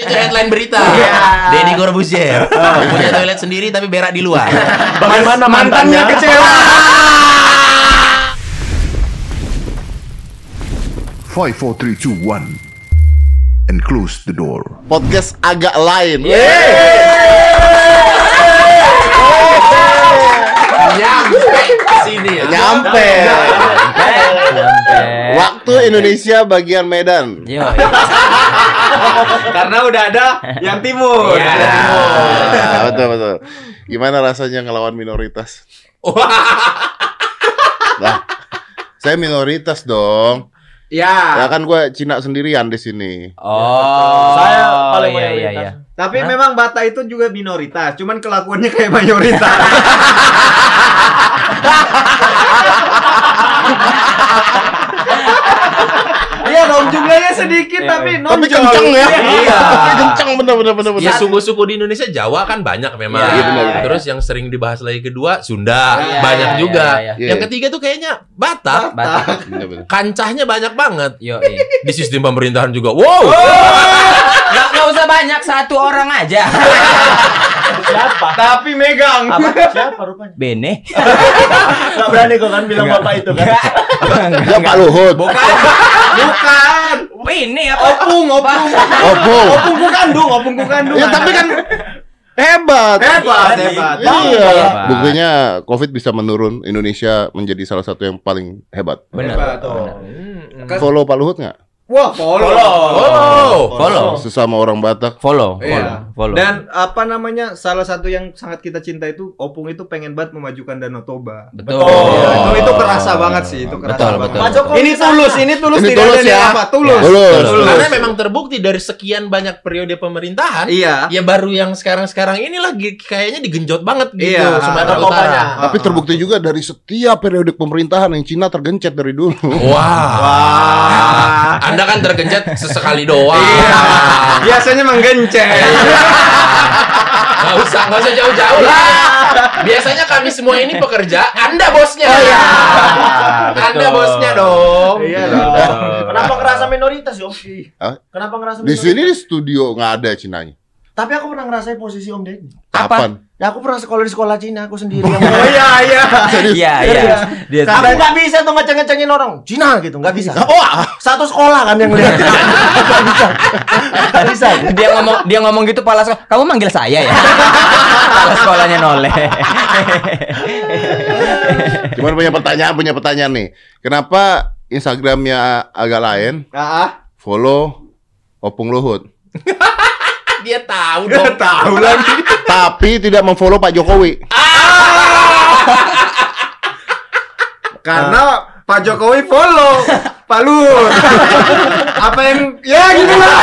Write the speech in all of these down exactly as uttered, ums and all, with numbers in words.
itu headline berita. Deddy Corbuzier punya toilet sendiri tapi berak di luar. Bagaimana mantannya kecewa? five, four, three, two, one and close the door. Podcast agak lain. Nyampe sini ya. Nyampe. Waktu Indonesia bagian Medan. Yo, Karena udah ada yang timur. Iya. Ada timur. Nah, betul betul. Gimana rasanya ngelawan minoritas? Nah, saya minoritas dong. Ya. Ya kan gue Cina sendirian di sini. Oh, Saya paling iya, mayoritas. iya, iya. Tapi Hah? memang Batak itu juga minoritas, cuman kelakuannya kayak mayoritas. Iya dong, jumlahnya sedikit tapi nonjol. Tapi kenceng ya. Iya. Tapi kenceng bener bener bener bener. Ya suku-suku di Indonesia Jawa kan banyak memang. Iya, benar, benar. Terus yang sering dibahas lagi kedua Sunda Iya, banyak iya, juga. iya, iya. Yang ketiga tuh kayaknya Batak. Batak. Bener, bener. Kancahnya banyak banget. Yo, Di sistem pemerintahan juga. Wow. nggak nggak usah banyak, satu orang aja. Siapa? Tapi megang. Apa? Siapa rupanya? Bene. Gak berani kok kan bilang bapak itu kan. Ya Pak Luhut. Bukan. Bukan. Ini apa? Opung, opung. Opung. Opung ku kandung, opung ku kandung. Ya tapi kan hebat. hebat, hebat. Iya. Hebat. Buktinya COVID bisa menurun, Indonesia menjadi salah satu yang paling hebat. Benar. Hebat, tuh. Follow Pak Luhut nggak? Wah, follow. Follow. Follow. Sesama orang Batak. Follow. Iya. Follow. Dan apa namanya, salah satu yang sangat kita cinta itu Opung itu pengen banget memajukan Danau Toba. Betul. Iya, itu itu kerasa banget sih, itu kerasa Betul, banget. betul. Pak Jokowi ini tulus, ini tulus Ini tidak tulus ada ya. apa, tulus. Tulus. Tulus. Karena memang terbukti dari sekian banyak periode pemerintahan. Iya. Ya baru yang sekarang-sekarang ini lagi kayaknya digenjot banget gitu Iya, Sumatera narkobanya. Utara. Tapi terbukti juga dari setiap periode pemerintahan yang Cina tergencet dari dulu. Wah. Wah. Anda kan tergencet sesekali doang. Iya. Biasanya menggencet. Nggak usah, nggak usah jauh-jauh lah. Biasanya kami semua ini pekerja, Anda bosnya. Oh, iya. Anda bosnya dong. Iya dong. Kenapa ngerasa minoritas, Om? Hah? Kenapa ngerasa Di minoritas? sini di studio nggak ada Cinanya. Tapi aku pernah ngerasain posisi Om Deddy. Kapan? Ya aku pernah sekolah di sekolah Cina, aku sendiri. Oh iya, iya. Iya, iya. Dia Aku nggak bisa tuh ngeceng-ngecengin orang Cina gitu, nggak bisa. Oh, ah. Satu sekolah kan yang lihat. Nggak bisa, nggak bisa. dia ngomong dia ngomong gitu pala sekolah. Kamu manggil saya ya? Pala sekolahnya noleh. Cuman punya pertanyaan, punya pertanyaan nih. Kenapa Instagramnya agak lain? Ah, Follow Opung Luhut. Dia tahu dong. tahu lagi. Tapi tidak memfollow Pak Jokowi. Karena Pak Jokowi follow Pak Luhut. Apa yang ya gitu lah.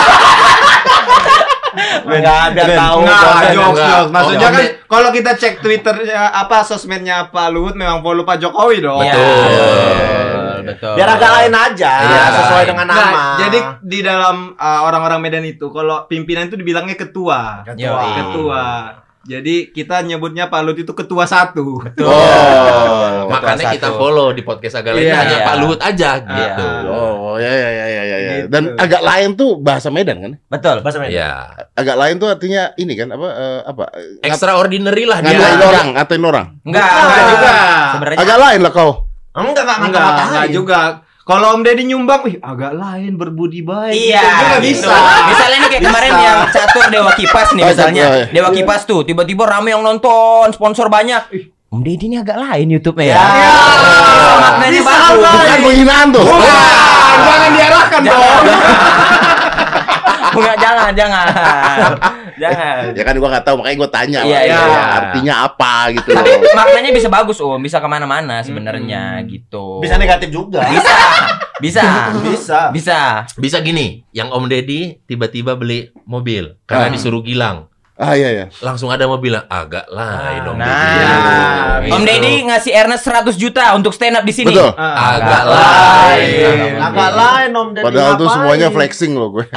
Nggak ada tahu. Nah, Enggak, jokes, enggak. jokes. Maksudnya Oh, kan Om- kalau kita cek Twitternya apa sosmednya Pak Luhut memang follow Pak Jokowi dong. Iya. Betul. Betul. Biar agak lain aja, Iya, sesuai lain. dengan Nah, nama. jadi di dalam uh, orang-orang Medan itu kalau pimpinan itu dibilangnya ketua. Ketua. Ketua. Jadi kita nyebutnya Pak Luhut itu ketua satu. Betul. Oh. Makanya Ketua kita satu. follow di podcast agak lain Iya. hanya Pak Luhut aja gitu. Oh, ya ya ya ya ya. ya. Gitu. Dan agak lain tuh bahasa Medan kan? Betul. Bahasa Medan. Iya. Agak lain tuh artinya ini kan apa eh, apa? Extraordinary lah dia. Ngatain orang, ngatain orang. Enggak, Enggak enggak juga. Sebenarnya Agak lain lah kau. Enggak, enggak, Enggak, enggak juga. Kalau Om Deddy nyumbang, wih agak lain berbudi baik. Iya, Gitu juga gitu. bisa. Misalnya nih kayak Bisa. kemarin yang catur Dewa Kipas nih Oh, misalnya. catur, ya. Dewa Kipas tuh tiba-tiba rame yang nonton, sponsor banyak. Om Deddy ini agak lain YouTube-nya ya. Ya. Maknanya Bisa bagus. lain. Bukan penghinaan tuh. Wah, jangan diarahkan dong. Enggak, jangan, jangan. Jangan. Ya kan gua nggak tahu makanya gua tanya. Iya, Pak. iya. Artinya apa gitu. Tapi maknanya bisa bagus Om, bisa kemana-mana sebenarnya gitu. Bisa negatif juga. Bisa. Bisa. Bisa. Bisa. Bisa gini, yang Om Deddy tiba-tiba beli mobil karena Ah. disuruh Gilang. Ah iya ya. Langsung ada mobil agak lain Om Nah, Deddy. Om Gitu. Deddy ngasih Ernest seratus juta untuk stand up di sini. Betul. agak lain. lain. Agak lain Om Deddy. Padahal tuh ngapain? semuanya flexing loh gue.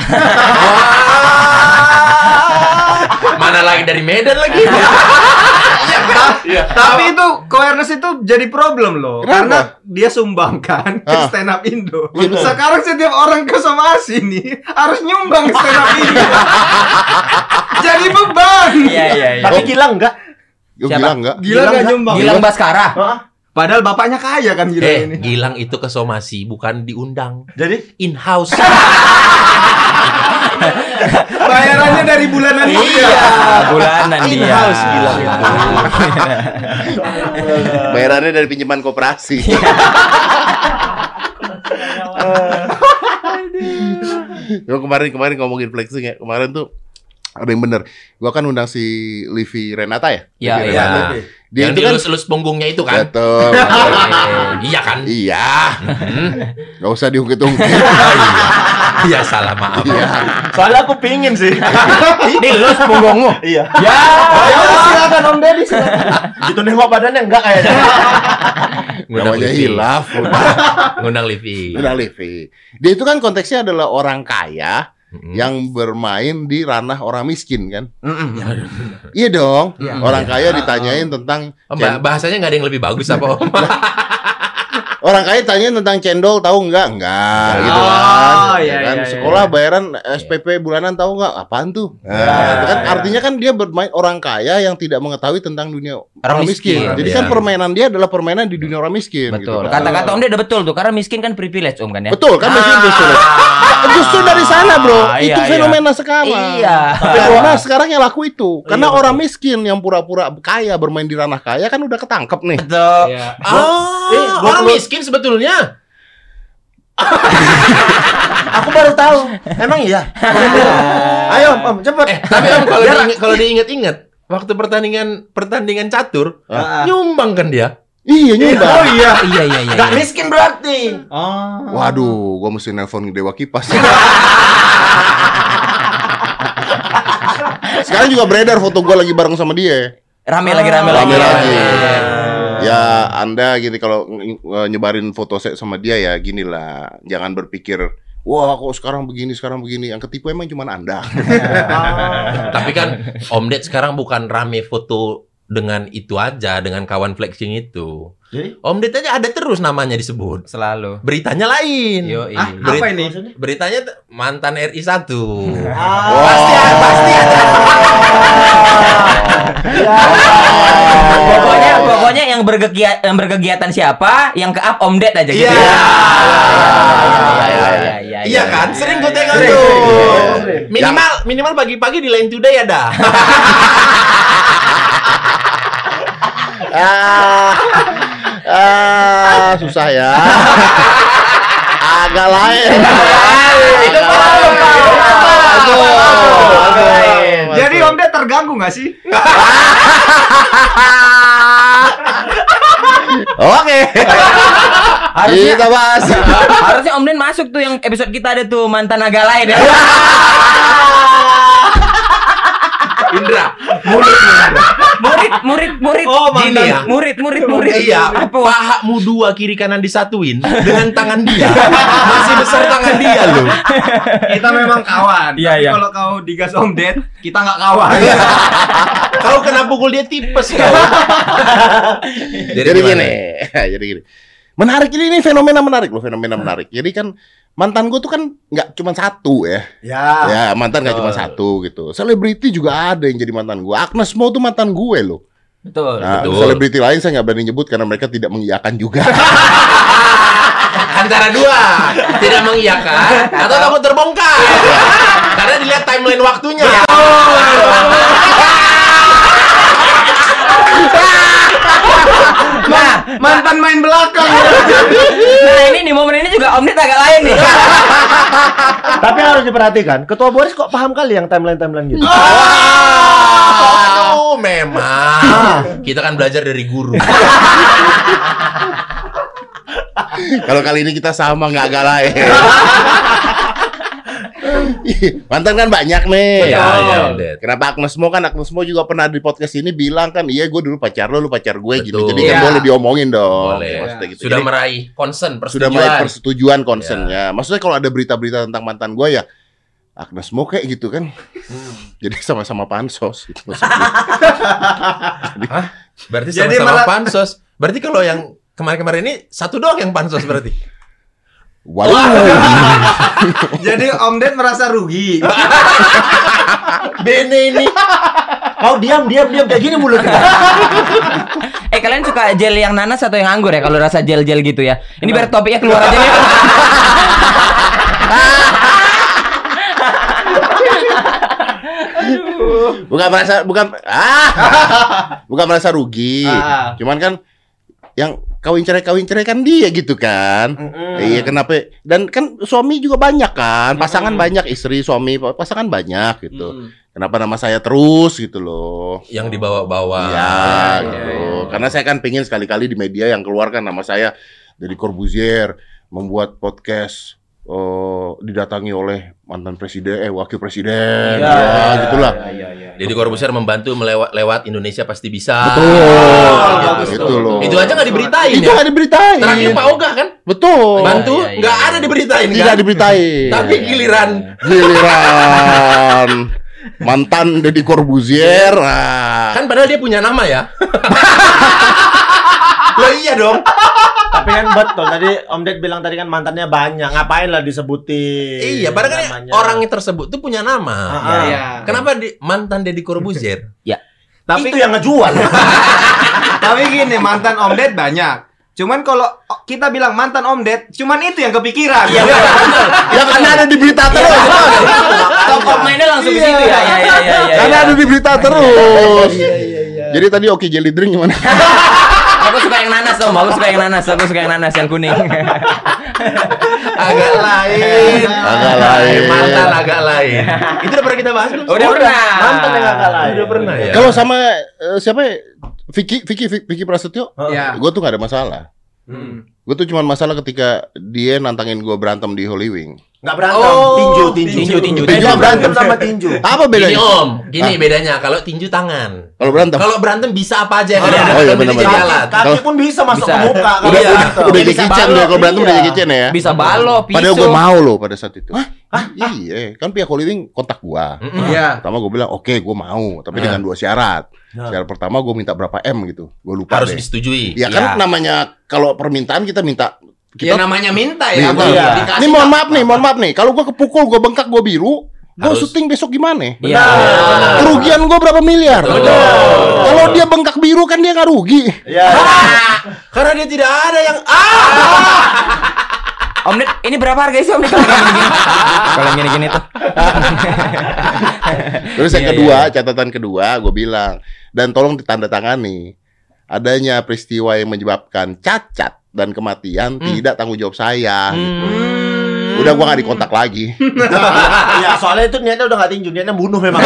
Mana lagi dari Medan lagi? Tapi itu awareness itu jadi problem loh. Kenapa? Karena dia sumbangkan ke Ah. stand up Indo. Sekarang setiap orang ke somasi nih harus nyumbang ke stand up Indo. Jadi beban. Iya iya iya. Tapi Gilang enggak? Gue Siapa? bilang enggak. Gila nggak nyumbang. Gilang Baskara. Heeh. Padahal bapaknya kaya kan Gilang Eh, ini. Gilang itu ke somasi bukan diundang. Jadi In house. Bayarannya dari bulanan Iya, dia. bulanan dia. In-house Gilang itu. Bayarannya dari pinjaman koperasi. Gue kemarin kemarin ngomongin flexing ya. Kemarin tuh ada yang bener. Gua kan undang si Livi Renata ya. Iya, Livi iya. Renata. Dia Yang itu kan dilus-lus punggungnya itu kan. betul. Eh, iya kan? Iya. Hmm. Gak usah diungkit-ungkit. Oh, iya. Iya salah maaf. Iya. soalnya aku pingin sih. Dilus punggungmu. Iya. Ya. Ayo silakan Om Deddy silakan. Gitu nengok badannya enggak kayaknya. Ngundang Namanya Livi. hilaf. Ngundang Livi. Udah Livi. Dia itu kan konteksnya adalah orang kaya Mm-mm. yang bermain di ranah orang miskin kan. Heeh. Iya dong. Iya. Orang kaya ditanyain tentang Oh, Mbak, cen- bahasanya nggak ada yang lebih bagus apa Om? orang kaya tanyain tentang cendol tahu nggak? Nggak gitu Oh, kan. iya, kan? iya, iya. Sekolah bayaran S P P bulanan tahu nggak? Apaan tuh? Nah, itu kan iya. artinya kan dia bermain orang kaya yang tidak mengetahui tentang dunia orang, miskin. miskin. Jadi Iya. kan permainan dia adalah permainan di dunia orang miskin. Betul. gitu kan. Kata-kata Om Ded udah betul tuh, karena miskin kan privilege Om kan ya. Betul kan miskin justru. Justru dari sana bro. Ah, Itu iya, fenomena sekarang. Iya. Karena sekarang yang laku itu. Karena Iya, orang miskin yang pura-pura kaya bermain di ranah kaya kan udah ketangkep nih. Betul. Iya. Ah, eh, gua orang perlu- miskin sebetulnya. Aku baru tahu. Emang iya. Ayo Om, Om, cepet. Eh, tapi Om kalau diinget, kalau diinget-inget waktu pertandingan pertandingan catur Ah. nyumbang kan dia. Iya nyumbang. Oh iya. Iya iya iya. Enggak iya. miskin berarti. Oh. Waduh, gua mesti nelpon Dewa Kipas. Sekarang juga beredar foto gua lagi bareng sama dia. Rame lagi rame lagi. Rame lagi. Iya. Ya, Anda gini kalau ng- ng- nyebarin foto saya sama dia ya gini lah. Jangan berpikir, wah kok sekarang begini, sekarang begini. Yang ketipu emang cuma Anda. Tapi kan Om Ded sekarang bukan rame foto dengan itu aja, dengan kawan flexing itu. Jadi? Om Ded aja ada terus namanya disebut. Selalu. Beritanya lain. Yo, Ah, Berit- apa ini? Beritanya t- mantan R I satu. Ah. Pasti ada, pasti ada. Pokoknya pokoknya yang berkegiatan yang berkegiatan siapa, yang ke up Om Ded aja gitu. Iya. ya. Iya, iya, iya, Iya kan, sering gue tengok Sering, tuh. sering. Minimal minimal pagi-pagi di Line Today ada. ah, ah, susah ya. Agak lain. Itu paham, Jadi Om Ded terganggu nggak sih? Oke. Harusnya Kita bahas. harusnya Om Ded masuk tuh yang episode kita ada tuh mantan agak lain ya. Indra. murid murid murid Oh, mantan. Gini ya. murid murid murid Iya, apa pahamu dua kiri kanan disatuin dengan tangan dia. Masih besar tangan dia loh. Kita memang kawan. Iya, Tapi iya. kalau kau digas Om Ded, kita nggak kawan. Kalau kena pukul dia tipes kau. Jadi, gini. Jadi gini. Menarik ini, ini fenomena menarik loh, fenomena menarik. Jadi kan mantan gue tuh kan nggak cuma satu ya. Ya. Ya, mantan nggak cuma satu gitu. Selebriti juga ada yang jadi mantan gue. Agnes Mo tuh mantan gue loh. betul Nah, Betul. selebriti lain saya nggak berani nyebut karena mereka tidak mengiyakan juga. Antara dua, tidak mengiyakan atau takut terbongkar. Karena dilihat timeline waktunya. nah Mantan main belakang. nah ini di momen ini juga Om Ded agak lain nih. Tapi harus diperhatikan, Ketua Boris kok paham kali yang timeline-timeline gitu. Aduh, memang kita kan belajar dari guru. Kalau kali ini kita sama nggak agak lain. Mantan kan banyak nih. Iya, iya, Om Ded. Kenapa Agnes Mo kan Agnes Mo juga pernah di podcast ini bilang kan, iya gue dulu pacar lo, lu pacar gue gitu. Betul. Jadi kan Iya. boleh diomongin dong. Boleh. Maksudnya gitu. Sudah Jadi, meraih concern, sudah persetujuan. meraih persetujuan concernnya. Maksudnya kalau ada berita-berita tentang mantan gue ya Agnes Mo kayak gitu kan. Jadi sama-sama pansos gitu maksudnya. Hah? Berarti Jadi sama-sama malah- pansos. Berarti kalau yang kemarin-kemarin ini satu doang yang pansos berarti. Waduh. Jadi Om Ded merasa rugi. Bene ini. Kau diam, diam, diam kayak gini mulutnya. Eh kalian suka gel yang nanas atau yang anggur ya? Kalau rasa gel-gel gitu ya. Ini biar topiknya keluar aja nih. Bukan merasa bukan ah. Bukan merasa rugi. Ah. Cuman kan yang kawin cerai kawin cerai kan dia gitu kan. Mm-mm. Iya kenapa? Dan kan suami juga banyak kan, pasangan banyak, istri, suami, pasangan banyak gitu. Mm. Kenapa nama saya terus gitu loh? Yang dibawa-bawa. Iya Ya, gitu. ya, ya. Karena saya kan pengen sekali-kali di media yang keluarkan nama saya dari Corbuzier membuat podcast oh, didatangi oleh mantan presiden, eh wakil presiden, Ya, ya, gitulah. Ya, ya, ya. Jadi Corbuzier membantu melewat lewat Indonesia pasti bisa. Betul, Gitu. gitu loh. Itu aja nggak diberitain Itu ya. nggak diberitain. Terakhir Pak Ogah kan Betul. bantu, iya, iya, nggak iya. ada diberitain Tidak kan? diberitain. Tapi giliran Giliran mantan Deddy Corbuzier. Ah. kan padahal dia punya nama ya. Loh iya dong. Tapi kan betul tadi Om Ded bilang tadi kan mantannya banyak. Ngapain lah disebutin? Iya, padahal kan namanya. orang yang tersebut tuh punya nama. Ah, Iya. Kenapa di, mantan Deddy Corbuzier? Tapi itu yang ngejual. tapi gini, mantan Om Ded banyak. Cuman kalau kita bilang mantan Om Ded, cuman itu yang kepikiran. Iya betul. Ya karena ada di berita terus. Top of mind-nya langsung ke situ ya. Iya iya iya. Karena ada di berita terus. Jadi tadi oke jelly drink gimana? Aku suka yang nanas om, aku suka yang nanas, aku suka yang nanas yang kuning. Agak lain. Agak lain. Mantan agak lain. Itu udah pernah kita bahas belum? Udah pernah. Mantan yang agak lain. Udah pernah ya. Kalau sama eh, siapa ya? Vicky, Vicky, Vicky Prasetyo, Ya. gue tuh gak ada masalah. Hmm. Gue tuh cuma masalah ketika dia nantangin gue berantem di Holy Wing. Enggak berantem, Oh, tinju, tinju. tinju, tinju. Beda berantem sama tinju. Apa Gini bedanya? om, gini bedanya. Kalau tinju tangan, Kalau berantem? kalau berantem bisa apa aja yang Oh, ada. iya, Tapi benar-benar. jadi alat. Kaki pun bisa masuk Bisa. ke muka kalau Udah, Iya. udah, berantem. udah Bisa Jackie Chan balok, dia kalau berantem udah iya. Jackie Chan ya. Bisa balok, pisau. Padahal gue mau loh pada saat itu. Hah? Iya, kan pihak Holy Wing kontak gua. Mm-mm. Iya. Pertama gue bilang oke gue mau, tapi dengan dua syarat. Ya. Syarat pertama gue minta berapa M gitu, gue lupa Harus deh. disetujui. Ya kan namanya kalau permintaan kita minta Ya kita namanya minta ya. minta. Bang. Iya. Dikasih Ini mohon tak maaf nih, mohon maaf nih. Kalau gue kepukul, gue bengkak, gue biru, gue Harus. syuting besok gimana? Iya. Kerugian gue berapa miliar? Kalau dia bengkak biru kan dia nggak rugi. Iya. Karena dia tidak ada yang ah. Om Ded, ini berapa harga sih Om Ded kalau yang gini-gini? Kalau yang gini-gini tuh. Terus yang Iya, kedua, iya. catatan kedua, gue bilang dan tolong ditandatangani adanya peristiwa yang menyebabkan cacat dan kematian tidak tanggung jawab saya. gitu. Udah gue nggak dikontak lagi. Ya soalnya itu niatnya udah nggak tinju, niatnya bunuh memang.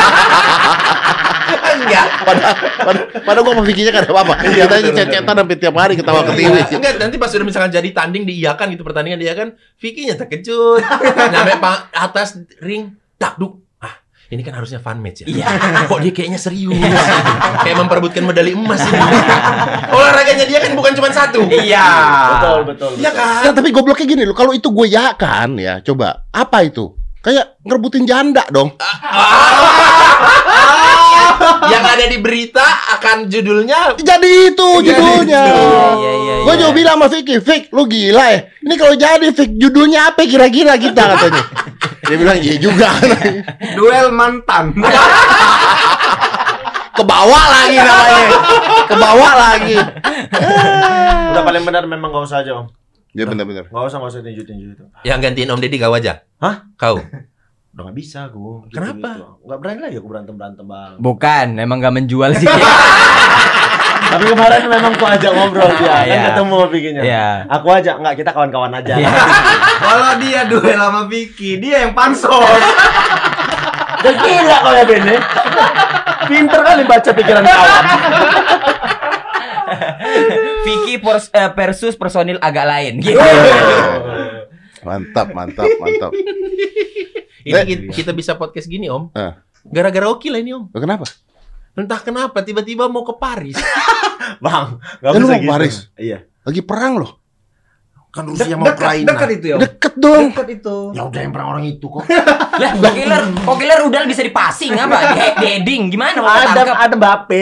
Enggak. Padahal, padahal, padahal gue sama Vicky-nya gak ada apa-apa. Kita ini chat-chatan sampai tiap hari ketawa ke T V. Enggak, nanti pas udah misalkan jadi tanding diiyakan gitu pertandingan dia kan Vicky-nya terkejut. Nyampe pa- atas ring takduk. Ah, ini kan harusnya fun match ya. Iya. Kok dia kayaknya serius. Kayak memperebutkan medali emas ini. Olahraganya dia kan bukan cuma satu. Iya. Betul, betul. Iya kan? Nah, tapi gobloknya gini loh, kalau itu gue ya kan ya, coba apa itu? Kayak ngerebutin janda dong. Yang ada di berita akan judulnya Jadi itu judulnya. Iya, iya, Gue iya. juga bilang sama Vicky, Vick, lu gila ya? Ini kalau jadi Vick, judulnya apa kira-kira kita katanya? Dia bilang iya juga. duel mantan. Kebawa lagi namanya. Kebawa lagi. Udah paling benar memang nggak usah aja Om. Ya benar-benar. Nggak usah nggak usah tinju tinju itu. yang gantiin Om Deddy kau aja. Hah? Kau. Udah nggak bisa gue. Kenapa? Nggak berani lagi aku berantem berantem bang. Bukan, emang gak menjual sih. Tapi kemarin memang aku ajak ngobrol dia, kan Iya. ketemu Vicky-nya. Iya. Aku ajak nggak kita kawan-kawan aja. Iya. Kalau dia duel sama Vicky, dia yang pansos. Dan gila kau ya Bene. Pinter kali baca pikiran kawan. Vicky pers- eh, versus personil agak lain. Gitu. Mantap, mantap, mantap. Ini Eh. ki- kita bisa podcast gini Om. Eh. Gara-gara Oki lah ini Om. Kenapa? Entah kenapa tiba-tiba mau ke Paris. Bang, nggak Eh, lu bisa mau gitu. Paris? Iya. Lagi perang loh. Kan De- Rusia mau dekat, Ukraina. dekat itu ya. Om? Deket dong. Dekat itu. Ya udah yang perang orang itu kok. Lah, kok killer, kok killer udah bisa dipasing apa? He- Heading gimana mau ada ketangkep? ada Mbappe.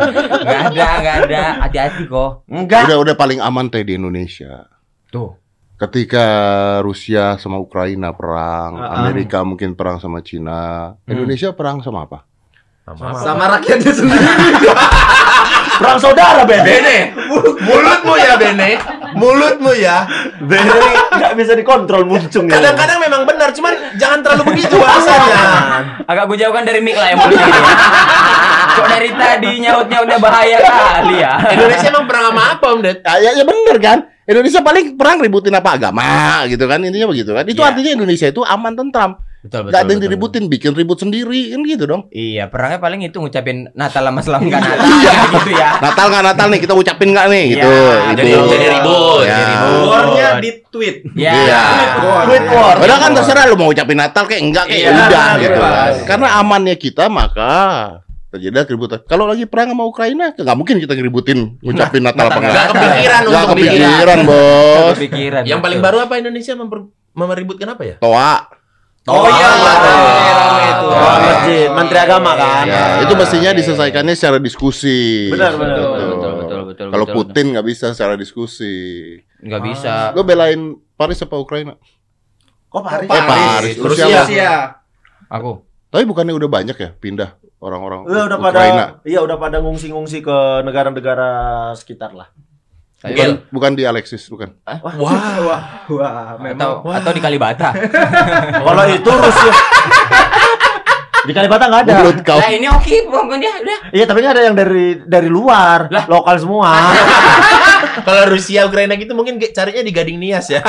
Enggak ada, enggak ada. Hati-hati kok. Enggak. Udah udah paling aman teh di Indonesia. Tuh. Ketika Rusia sama Ukraina perang, Uh-uh. Amerika mungkin perang sama Cina, Indonesia perang sama apa? Sama, Sama rakyatnya sendiri. Perang saudara, Bene. Bene, mulutmu ya Bene, mulutmu ya. Bene nggak bisa dikontrol muncung ya. Kadang-kadang memang benar, cuman jangan terlalu begitu bahasanya. Agak gue jauhkan dari mic lah yang mulutnya ini. Kok dari tadi nyaut-nyautnya bahaya kali ya. Indonesia emang perang sama apa Om Ded? Ya, ya, ya bener kan? Indonesia paling perang ributin apa agama gitu kan, intinya begitu kan. Itu Iya. artinya Indonesia itu aman tentram. Betul, Gak ada yang diributin, bikin ribut sendiri kan gitu dong. Iya, perangnya paling itu ngucapin Natal sama Selam nggak Natal gitu ya. Natal nggak Natal nih, kita ucapin nggak nih gitu. Iya, Itu. jadi jadi ribut, Ya. jadi ribut. War-nya di tweet. Ya. Iya. Tweet war. Padahal kan terserah lu mau ucapin Natal kayak enggak kayak Iya, udah gitu bebas. kan. Karena amannya kita maka terjadi keributan. Kalau lagi perang sama Ukraina, nggak mungkin kita ngeributin ngucapin Natal apa Nggak enggak. kepikiran Nggak untuk bikin. kepikiran, Bos. Kepikiran. Yang paling baru apa Indonesia memper- meributkan apa ya? Toa. Oh iya, rame, rame itu. Oh, masjid, Menteri Agama kan. Ya, itu mestinya diselesaikannya secara diskusi. Benar, benar. Betul, Betul. betul, betul, betul. Kalau betul, Putin nggak bisa secara diskusi. nggak bisa. Lo belain Paris apa Ukraina? Kok Paris? Eh, Paris. Rusia. Rusia. Rusia. Aku. Tapi bukannya udah banyak ya pindah orang-orang Iya udah pada Ukraina? iya udah pada ngungsi-ngungsi ke negara-negara sekitar lah. Tapi Bukan, bukan di Alexis, bukan. Wah, Wah, wah, atau memang. atau di Kalibata. Kalau itu Rusia di Kalibata nggak ada. Mulut kau. Nah, ini oke, pokoknya udah. Iya tapi nggak ada yang dari dari luar, Lah. lokal semua. kalau Rusia Ukraina gitu mungkin kayak carinya di Gading Nias ya.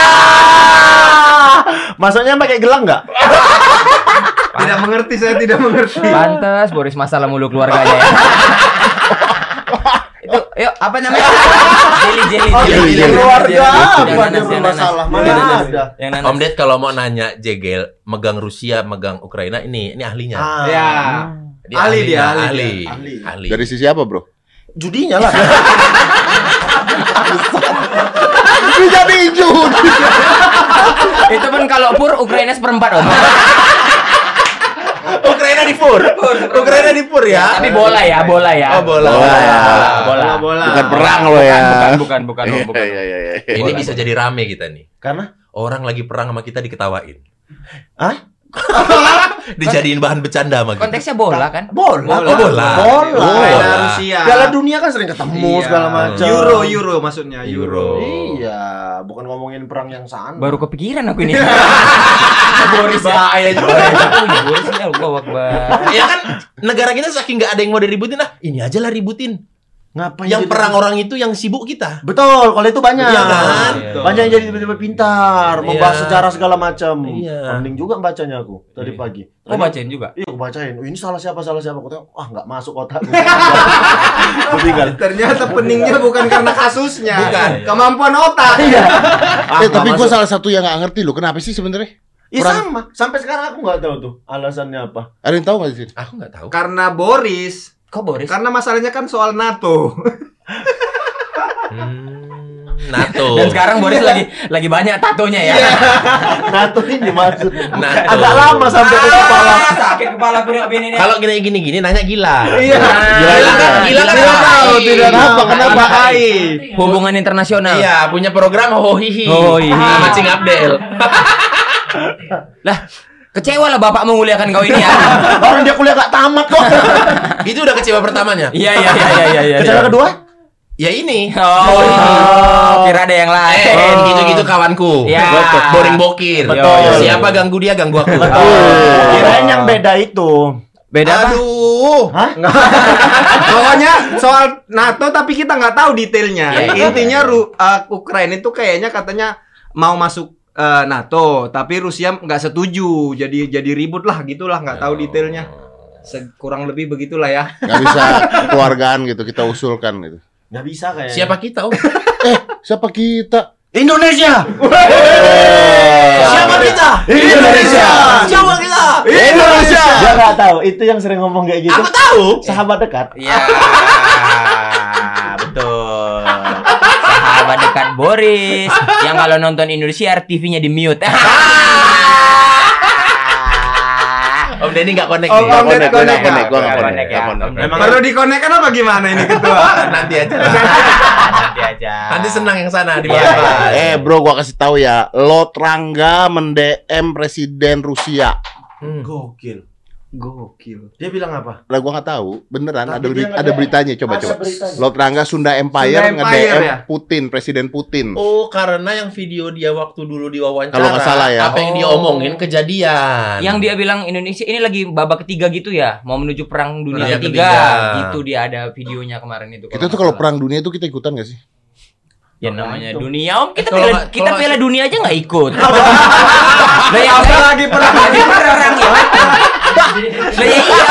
Maksudnya pakai gelang nggak? Tidak mengerti, saya tidak mengerti. Pantes Boris masalah mulu keluarganya ya. Itu, yuk apa namanya? Jeli jeli Oh, jeli jeli, jeli. jeli. Keluarga Yang apa nanas, dia yang nanas. bermasalah? Mana Yang nanas. ada? Yang nanas. Om Ded kalau mau nanya Jegel megang Rusia, megang Ukraina ini ini ahlinya. Ah. Ya. Dia ahli dia, ahlinya, ahli ahli. dia, ahli. ahli. Dari sisi apa, Bro? Judinya lah. Jadi judi. Itu pun kalau pur Ukraina seperempat om. Ukraina di pur. Ukraina di pur ya. Tapi bola ya, bola ya. Oh, bola. Bola ya. Bola. Bola. Bola, bola. Bukan perang lo ya. Bukan, bukan, bukan, om, bukan. Iya, iya, iya, iya. Ini bisa jadi rame kita nih. Karena Orang lagi perang sama kita diketawain. Hah? Dijadiin bahan bercanda sama kita. Konteksnya bola kan? bola. Oh, bola. Bola. Ukraina, bola. Rusia. Piala dunia kan sering ketemu Iya. segala macam. Euro, Euro maksudnya, Euro. Iya, bukan ngomongin perang yang sana. Baru kepikiran aku ini. Boris bahaya juga. Boris ini Allah Akbar. Ya kan negara kita saking nggak ada yang mau diributin lah. Ini aja lah ributin. Ngapain Yang jadi- perang orang itu yang sibuk kita. Betul, kalau itu banyak. Iya kan? Banyak yang jadi tiba-tiba pintar, membahas Iya. sejarah segala macam. Iya. Mending juga bacanya aku tadi Iya. pagi. Kau bacain juga. Iya, aku bacain. Oh, ini salah siapa, salah siapa. Aku tengok, wah nggak masuk otak. Aku tinggal. Ternyata peningnya bukan karena kasusnya, Bukan. kemampuan otak. Iya. Eh, tapi gue salah satu yang nggak ngerti loh. Kenapa sih sebenarnya? Iya Kurang- sama. Sampai sekarang aku nggak tahu tuh alasannya apa. Ada yang tahu nggak sih? Aku nggak tahu. Karena Boris. Kok Boris? Karena masalahnya kan soal NATO. Hmm, NATO. Dan sekarang Boris lagi lagi banyak tatonya ya. NATO ini dimaksud. NATO. Agak lama sampai ke kepala. Ah, sakit kepala aku nih ini. Kalau gini gini gini nanya gila. Iya. Gila, Gila, gila, Tidak gila, tahu, gila. tidak tahu. Kenapa? Kenapa? Hai. Hubungan internasional. Iya, punya program Hohihi. Hohihi. Sama Cing Abdel. Lah, kecewa lah bapak menguliakan kau ini ya. Orang dia kuliah gak tamat kok. Itu udah kecewa pertamanya. Iya iya iya iya iya. Kecelakaan kedua? Ya ini. Oh, kira ada yang lain. Eh, gitu-gitu kawanku. Ya. Boring bokir. Betul. Siapa ganggu dia, ganggu aku. Kirain yang beda itu. Beda apa? Aduh. Hah? Pokoknya soal NATO tapi kita nggak tahu detailnya. Iya, iya, Intinya Ru- uh, Ukraina itu kayaknya katanya mau masuk uh, NATO, tapi Rusia nggak setuju. Jadi jadi ribut lah gitulah, nggak tahu detailnya. Se- Kurang lebih begitulah ya. Nggak bisa keluargaan gitu. Kita usulkan gitu. Gak bisa kayaknya. Siapa kita? Om? Eh, siapa kita? Indonesia. Siapa kita? Indonesia. Siapa kita? Indonesia. Dia nggak tahu. Itu yang sering ngomong kayak gitu. Aku tahu. Sahabat dekat. Iya. Betul. Sahabat dekat Boris yang kalau nonton Indonesia T V-nya di mute. Om Om Denny nggak connect Oh, nih. Om Denny Connect, connect gua nggak ya? connect, gua nggak Nggak connect, connect ya. nggak connect. Memang Perlu dikonekkan apa gimana ini ketua? nanti aja lah. Nanti aja. Nanti senang yang sana di Iya, bawah. Eh bro, gua kasih tahu ya, Lot Rangga men-D M Presiden Rusia. Hmm. Gokil. Gokil. Dia bilang apa? Lah gua nggak tahu, beneran Tapi ada dia beri- nge-D M. ada beritanya, coba Ada coba. beritanya. Lot Rangga Sunda Empire Sunda Empire, nge-D M ya? Putin, Presiden Putin. Oh, karena yang video dia waktu dulu diwawancara, Kalau nggak salah ya. apa yang dia Oh. omongin kejadian. Yang dia bilang Indonesia ini lagi babak ketiga gitu ya, mau menuju perang dunia Perang ketiga. ketiga. Gitu dia ada videonya kemarin itu. Kita tuh kalau perang dunia itu kita ikutan gak sih? ya namanya dunia Om, kita Eh, kalau piala, nggak- kita kalau piala nggak- dunia aja nggak ikut. Lah ya apa lagi perang lagi perang ya. Lah ya iya.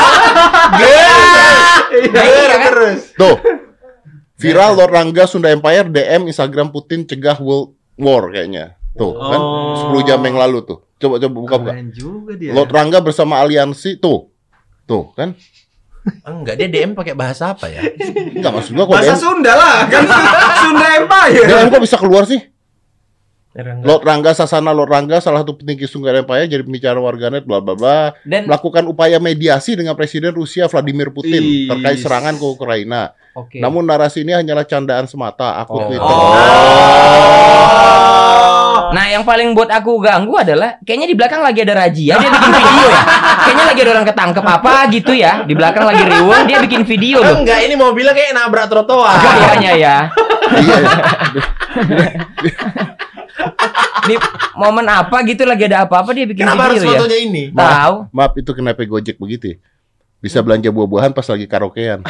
Lah iya kan? Tuh. Viral Lot Rangga Sunda Empire D M Instagram Putin cegah World War kayaknya. Tuh kan Oh. sepuluh jam yang lalu tuh. Coba coba buka buka. Keren juga dia. Lot Rangga bersama aliansi tuh. Tuh kan? Enggak, dia D M pakai bahasa apa ya? Enggak maksud gua kok D Bahasa M. Sunda lah, kan Sunda Empire. D M kok bisa keluar sih? Enggak. Lot Rangga Sasana Lot Rangga salah satu petinggi Sunda Empire jadi pembicara warganet bla bla bla Dan melakukan upaya mediasi dengan Presiden Rusia Vladimir Putin Ih. terkait serangan ke Ukraina. oke. Namun narasi ini hanyalah candaan semata akun Oh. Twitter. Nah, yang paling buat aku ganggu adalah kayaknya di belakang lagi ada razia, dia bikin video ya. Kayaknya lagi ada orang ketangkep apa gitu ya. Di belakang lagi riuh, dia bikin video loh. Enggak, ini mobilnya kayak nabrak trotoar. Kayaknya ya. Iya. Di momen apa gitu lagi ada apa-apa dia bikin Kenapa harus video ya. fotonya ini? Tahu. Maaf itu kenapa Gojek begitu ya? Bisa belanja buah-buahan pas lagi karaokean.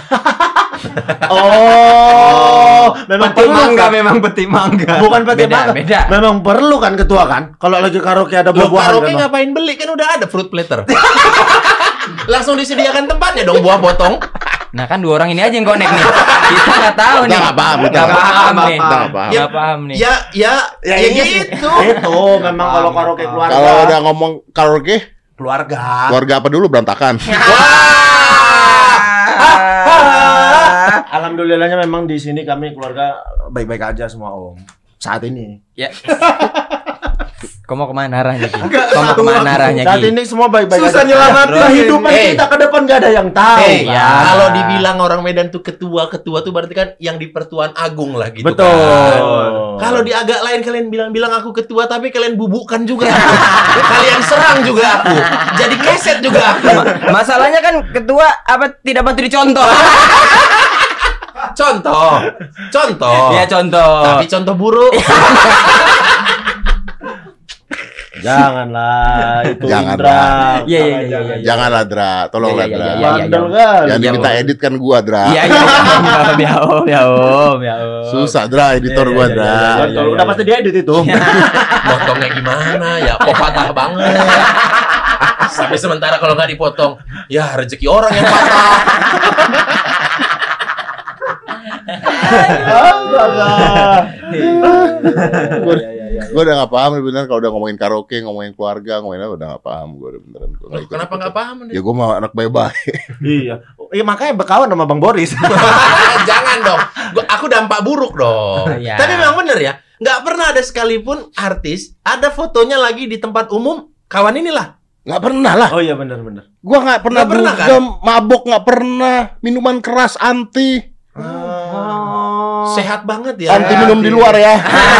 Oh, memang Peti perlu mangga kan? memang peti mangga. Bukan peti Beda, mangga. beda. Memang perlu kan ketua kan? Kalau lagi karaoke ada Loh, buah-buahan karaoke kan? Bang? ngapain beli? Kan udah ada fruit platter. Langsung disediakan tempatnya dong buah potong. Nah, kan dua orang ini aja yang connect nih. Kita nggak tahu Kita nih. nggak paham, kita Nggak nggak paham paham, nih. nggak Kita nggak paham. Nggak paham nih. Ya, ya, Ya, ya, iya sih. gitu. Itu memang kalau karaoke keluarga. Kalau udah ngomong karaoke, keluarga. keluarga apa dulu berantakan. Alhamdulillahnya memang di sini kami keluarga baik-baik aja semua Om. Saat ini. Ya. Kau mau kemana arahnya Ki? Kau mau kemana arahnya Saat Ki? ini semua baik-baik Susah aja. nyelamatin. Kehidupan Hey. kita ke depan gak ada yang tahu. Eh, ya. kalau dibilang orang Medan tuh ketua-ketua tuh berarti kan yang di Pertuan Agung lah gitu Betul. kan. Kalau di agak lain kalian bilang-bilang aku ketua tapi kalian bubukkan juga. Kalian serang juga aku. Jadi keset juga aku. Ma- Masalahnya kan ketua apa tidak bantu dicontoh. Contoh. Contoh. Ya contoh. Tapi contoh buruk. Janganlah itu Jangan, Indra. Iya, iya, iya, iya, iya. Janganlah Dra, tolonglah Iya, iya, Dra. iya, iya. Bandel kan. Yang diminta Iya, edit kan gua Dra. Iya iya iya ya om ya om ya om. Susah Dra editor Iya, gua iya, Dra. iya, iya, Betul, udah pasti diedit itu. Potongnya gimana ya? Kok patah banget. Sampai sementara kalau nggak dipotong, ya rezeki orang yang patah. Gua, gua udah gak paham beneran kalau udah ngomongin karaoke, ngomongin keluarga, ngomongin apa udah gak paham gua udah beneran. Gua nggak Loh, ikut- kenapa nggak paham? Ya gua mau anak baik-baik. Iya. Iya makanya berkawan sama Bang Boris. Jangan dong. Gua, aku dampak buruk dong. Iya. Tapi memang bener ya. Nggak pernah ada sekalipun artis ada fotonya lagi di tempat umum. Kawan inilah. Nggak pernah lah. Oh iya benar-benar. Gua nggak pernah Nggak pernah, kan? dugem, mabok nggak pernah, minuman keras anti, Sehat banget ya. anti minum di luar ya.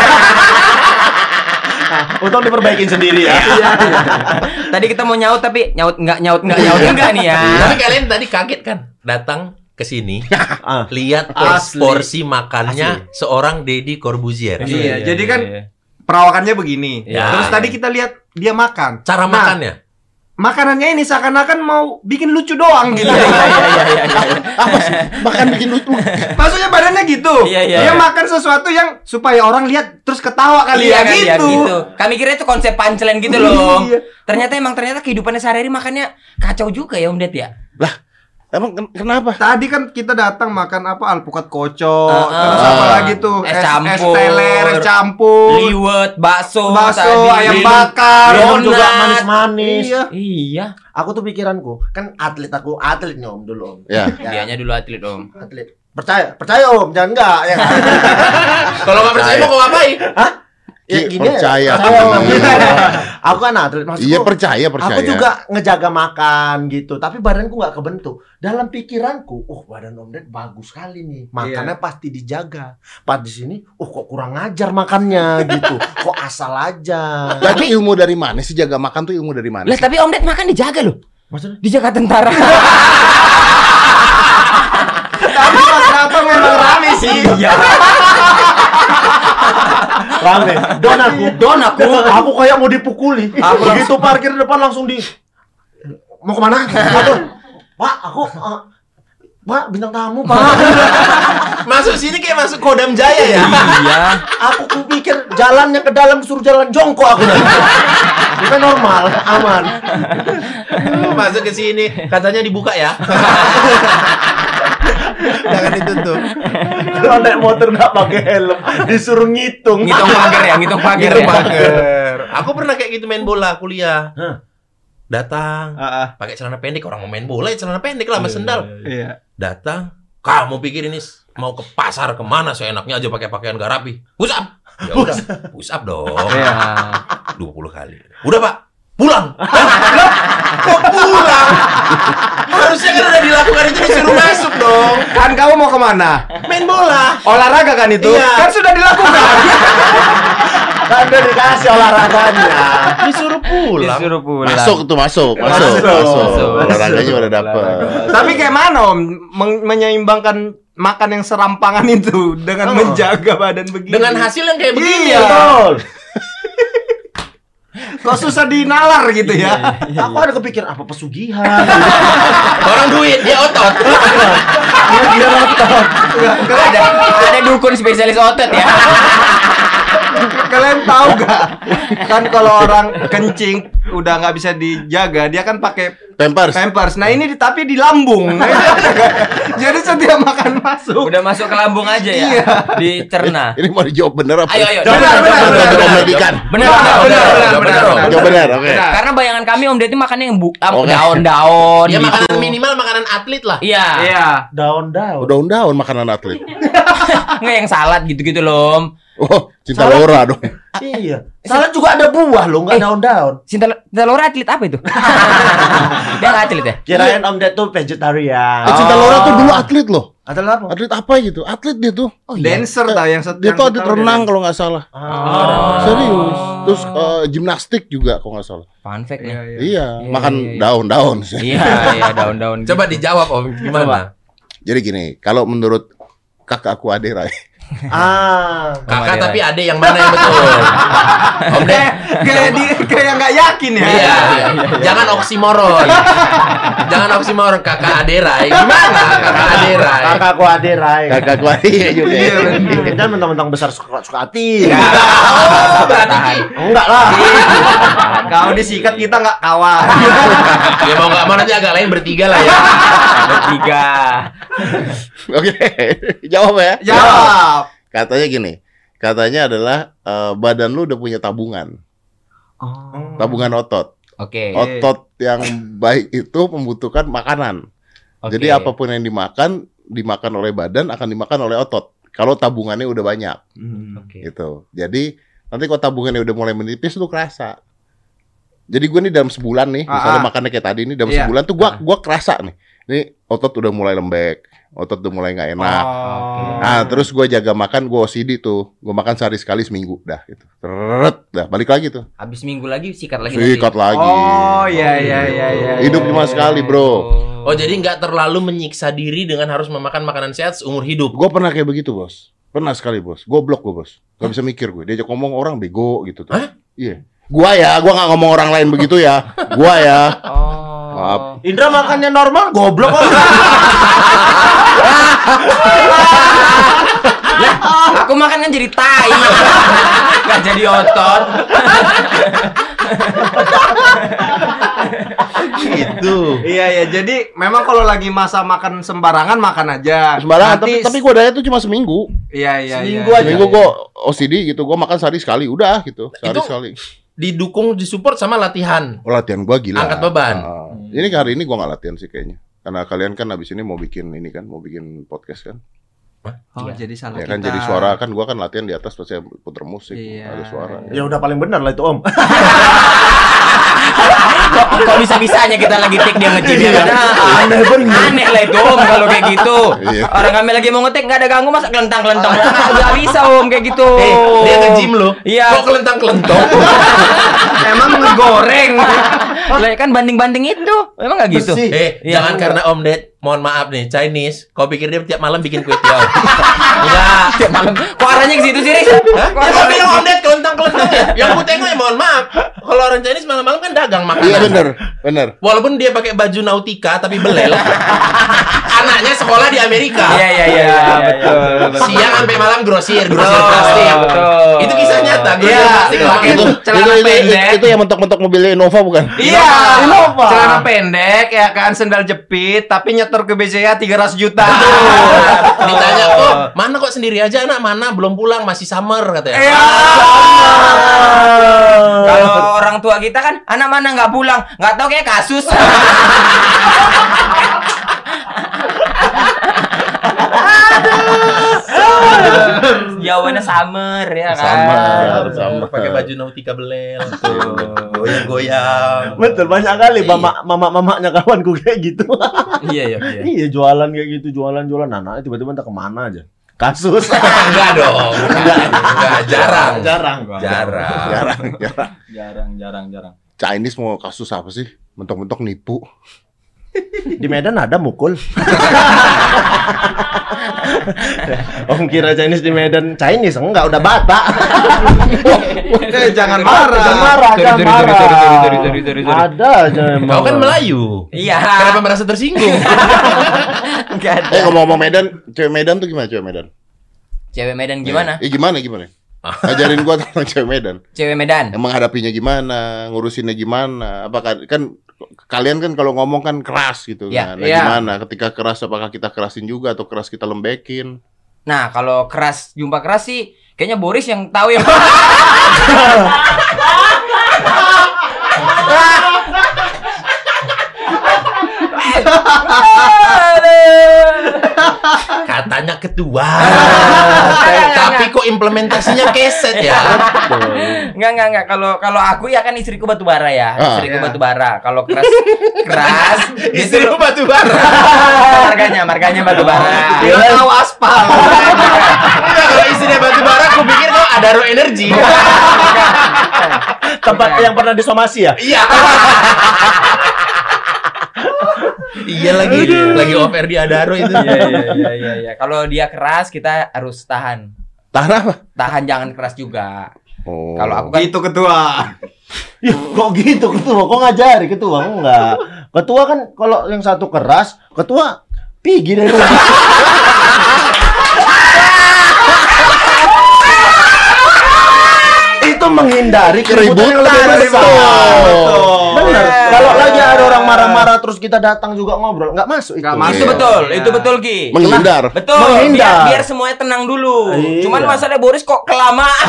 Untung diperbaikin sendiri ya. Tadi kita mau nyaut tapi nyaut nggak nyaut nggak nyaut enggak nih ya. Tapi kalian tadi kaget kan datang ke sini Ah. lihat Asli. porsi makannya seorang Deddy Corbuzier. Iya, jadi kan perawakannya begini. Ya, Terus ya. tadi kita lihat dia makan. Cara Nah, makannya. makanannya ini seakan-akan mau bikin lucu doang gitu. Iya iya iya iya. Apa sih? Bahkan bikin lucu. Maksudnya badannya gitu. Iya, iya, Dia iya. makan sesuatu yang supaya orang lihat terus ketawa kali Iya ya kan, iya, gitu. gitu. Kami kira itu konsep punchline gitu loh. Iya. Ternyata emang ternyata kehidupannya sehari-hari makannya kacau juga ya Om Ded ya. Emang ken- kenapa? Tadi kan kita datang makan apa alpukat kocok, Ah, terus ah. apa lagi tuh? Es es, es campur. teler, es campur, Liwet, bakso, bakso, tadi. ayam Minum- bakar, Minum Donat. juga manis-manis. Iya. Iya. Aku tuh pikiranku, kan atlet aku atlet nih Om dulu Om. Ya. Dianya dulu atlet Om. Atlet. Percaya, percaya Om, jangan enggak ya kan. Kalau nggak percaya mau kau ngapain? Hah? Ya, Ki, gini ya, percaya. saya- Ki. Aku kan atlet, maksudku. Iya percaya percaya. Aku juga ngejaga makan gitu, tapi badanku nggak kebentuk. Dalam pikiranku, oh badan Om Ded bagus sekali nih, makannya pasti dijaga. Pas di sini, oh kok kurang ajar makannya gitu, kok asal aja. Tapi ilmu dari mana sih jaga makan tuh ilmu dari mana? Lah sih? tapi Om Ded makan dijaga loh. Maksudnya? Dijaga tentara. Tapi Mas Nato memang rame sih. Iya. Rame. Don aku, don aku, aku kayak mau dipukuli. Begitu parkir depan langsung di, mau kemana? Aku, Pak, aku, uh, Pak bintang tamu Pak. Masuk sini kayak masuk Kodam Jaya ya. Iya. Aku kupikir jalannya ke dalam suruh jalan jongkok aku. Itu normal, aman. Masuk ke sini, katanya dibuka ya. Jangan ditutup. Kalau naik motor nggak pakai helm, disuruh ngitung. Ngitung pagar ya, ngitung pagar Gitu ya. pager. Aku pernah kayak gitu main bola kuliah. Hah? Datang, Heeh. pakai celana pendek, orang mau main bola ya celana pendek lah sama sendal. Iya. Datang, kamu pikir ini mau ke pasar kemana seenaknya aja pakai pakaian gak rapi. Push up. Ya udah, push up dong. Iya. dua puluh kali. Udah, Pak. Pulang. Lah, kok pulang? Harusnya kan udah dilakukan itu disuruh masuk dong. Kan kamu mau kemana? Main bola. Olahraga kan itu? Iya. Kan sudah dilakukan. Kan udah dikasih olahraganya. Disuruh pulang. Disuruh pulang. Masuk tuh masuk, masuk, Masuk. masuk. Masuk. Olahraganya udah dapet. Tapi kayak mana Om Men- menyeimbangkan makan yang serampangan itu dengan Oh. menjaga badan begini? Dengan hasil yang kayak begini. Iya. Betul. Kok susah dinalar gitu ya? Aku ada kepikiran apa pesugihan. Orang duit, dia otot. Dia otot. Ada ada dukun spesialis otot ya. Kalian tahu gak? Kan kalau orang kencing udah nggak bisa dijaga, dia kan pakai Pampers. pampers. Nah ini di- tapi di lambung. Jadi setiap makan masuk. Udah masuk ke lambung aja ya. Iya. Dicerna. Ini mau dijawab bener apa? Ayo ayo. Benar, Benar, benar, benar, benar, benar. Jawab medikan. Benar, Benar, benar, benar, benar, benar, benar, benar. benar. Jawab bener, oke. Benar. Karena bayangan kami Om Ded itu makannya yang bu- ah, Oke. daun-daun Ya gitu. makanan minimal makanan atlet lah. Iya. Iya. Daun-daun. Daun-daun makanan atlet. Nggak yang salad gitu-gitu loh Om. Oh, cinta Salah. Laura dong. Iya. Salah juga ada buah loh, nggak Eh. daun-daun. Cinta Cinta Laura atlet apa itu? Dia nggak atlet ya? Kirain Om Ded tuh vegetarian. Eh, cinta Laura tuh dulu atlet loh. Atau apa? Atlet apa gitu? Atlet dia tuh. Oh iya. Dancer tau yang set- Dia yang tuh tahu atlet dia renang dancer. kalau nggak salah. Ah. Serius. Terus eh, gimnastik juga kalau nggak salah. Fun fact nih. Iya, iya. Iya, Iya, makan iya, iya. daun-daun sih. Iya, iya daun-daun. Coba gitu. dijawab Om, gimana? Jadi gini, kalau menurut kakakku Adera, Ah. Kakak Adera. tapi ade yang mana yang betul? Om Ded. Kayak kayak di kayak nggak yakin ya. Iya, jangan oksimoron. Jangan oksimoron kakak Aderai. Gimana kakak Aderai? Kakakku Aderai. kakakku Adera juga. Iya, Mungkin kan mentang-mentang besar suka suka hati. Oh, berarti Ki. Enggak lah. Kau disikat kita nggak kawan. Ya mau nggak mau nanti agak lain bertiga lah ya. Bertiga. Oke, jawab ya. Jawab. Katanya gini, katanya adalah eh, badan lu udah punya tabungan, Oh. tabungan otot. Oke. Otot yang baik itu membutuhkan makanan. Oke. Jadi apapun yang dimakan, dimakan oleh badan akan dimakan oleh otot. Kalau tabungannya udah banyak, Oke. gitu. Jadi nanti kalau tabungannya udah mulai menipis tuh kerasa. Jadi gue nih dalam sebulan nih, Ah, misalnya ah. makannya kayak tadi nih dalam Iya. sebulan tuh gue gua kerasa nih. Ini otot udah mulai lembek, otot udah mulai nggak enak. Oh. Nah, terus gue jaga makan, gue O C D tuh. Gue makan sehari sekali seminggu, dah gitu. Teret, dah balik lagi tuh. Habis minggu lagi sikat lagi. Sikat lagi. Oh, iya iya iya iya. Hidup cuma sekali, bro. Oh jadi nggak terlalu menyiksa diri dengan harus memakan makanan sehat seumur hidup. Gue pernah kayak begitu, bos. Pernah sekali, bos. Goblok gue, bos. Gak bisa mikir gue. Diajak ngomong orang bego gitu tuh. Hah? Iya. Gua ya, gua nggak ngomong orang lain begitu ya. Gua ya. Oh. Maaf. Indra makannya normal, goblok kok. Aku makan kan jadi tai. Gak jadi otot. Gitu. Iya ya, jadi memang kalau lagi masa makan sembarangan makan aja. Sembarangan, tapi, Nanti- tapi gua diet tuh cuma seminggu. iya iya seminggu iya. aja. Seminggu gua O C D gitu, gua makan sehari sekali, udah gitu. Sehari Itu- sekali. Didukung, disupport sama latihan. Oh, latihan gua gila. Angkat beban. Ah, ini hari ini gua nggak latihan sih kayaknya. Karena kalian kan habis ini mau bikin ini kan, mau bikin podcast kan. Oh, Iya. jadi salah Ya kita. kan jadi suara kan gua kan latihan di atas pasti puter musik, Iya. ada suara. Ya udah paling benar lah itu Om. Kok, kok bisa-bisanya kita lagi take dia nge-gym ya kan? Aneh bener. Aneh lah itu Om kalau kayak gitu. Iya. Orang kami lagi mau ngetik nggak ada ganggu masa kelentang-kelentang. Nggak bisa Om kayak gitu. Eh, dia nge-gym lo. Iya. Kok kelentang-kelentong? Emang ngegoreng. Lah kan banding-banding itu. Emang nggak gitu? Bersih. Eh, Iya. jangan karena Om Ded, mohon maaf nih, Chinese. Kau pikir dia tiap malam bikin kue tiaw? Enggak. Tiap malam. Kok arahnya ke situ sih, Riz? Hah? Ya kau bilang Om Ded kelentang-kelentong ya? Yang ku tengok ya mohon maaf. Kalau orang Chinese malam-malam kan dagang makanan. Iya bener, bener. Walaupun dia pakai baju nautika tapi belel. Anaknya sekolah di Amerika. Iya, iya, iya, betul. Siang sampai malam grosir, grosir plastik. betul. Itu kisah nyata, grosir Iya, plastik iya. pakai Itu, celana itu, itu, pendek. itu yang mentok-mentok mobilnya Innova bukan? Iya, Innova. celana pendek ya kan, sendal jepit, tapi nyetor ke B C A tiga ratus juta. Ditanya, "Oh, mana kok sendiri aja anak? Mana belum pulang, masih summer," katanya. Iya. Kalau orang tua kita kan anak mana nggak pulang, nggak tahu kayak kasus. Jawabannya summer ya kan. Summer, summer. Pakai baju nautika belel. Goyang-goyang. Betul, banyak kali mama mama-mamanya kawanku kayak gitu. Iya, iya, iya. Iya, jualan kayak gitu, jualan-jualan anaknya tiba-tiba entah kemana aja. Kasus. Enggak dong. Enggak, enggak, jarang. Jarang. Jarang. Jarang, jarang. Jarang, jarang, jarang. Chinese mau kasus apa sih? Mentok-mentok nipu. Di Medan ada mukul. Om kira Chinese di Medan Chinese enggak, udah Batak. Eh, jangan marah. Jangan marah, Sorry, jangan sorry, marah. sorry, sorry, sorry, sorry, sorry, sorry. Ada aja emang. Kau kan Melayu. Iya. Kenapa merasa tersinggung? Nggak ada. Eh ngomong-ngomong Medan, cewek Medan tuh gimana cewek Medan? Cewek Medan gimana? Eh gimana gimana? Ajarin gua tentang cewek Medan. Cewek Medan. Emang hadapinya gimana, ngurusinnya gimana? Apakah kan kalian kan kalau ngomong kan keras gitu Ya, kan. Nah, ya. gimana ketika keras apakah kita kerasin juga atau keras kita lembekin? Nah, kalau keras jumpa keras sih kayaknya Boris yang tahu yang Katanya ketua. Tapi kok implementasinya keset ya? Enggak, enggak, enggak. Kalau kalau aku ya kan istriku batu bara ya. Ah. Istriku Iya. batu bara. Kalau keras keras Istrimu batu bara. marganya, marganya batu bara. Dia tahu aspal. Enggak, kalau istrinya batu bara, aku pikir kok ada raw energy. Tempat yang pernah disomasi ya? Iya. Iya lagi, lagi off air di Adaro itu. Iya, iya, iya, iya, iya. Kalau dia keras kita harus tahan. Tahan apa? Tahan jangan keras juga. Oh. Kalau aku kan Gitu ketua. Ih, kok gitu ketua? Kok ngajari ketua? Enggak. Ketua kan kalau yang satu keras, ketua pergi dari rumah. Itu menghindari keributan yang lebih besar. Benar. Kalau lagi ada orang marah-marah terus kita datang juga ngobrol, nggak masuk itu. Nggak itu masuk. betul, Iya. itu betul Ki. Menghindar. Betul. Menghindar. Biar, biar semuanya tenang dulu. Iya. Cuman masalahnya Boris kok kelamaan.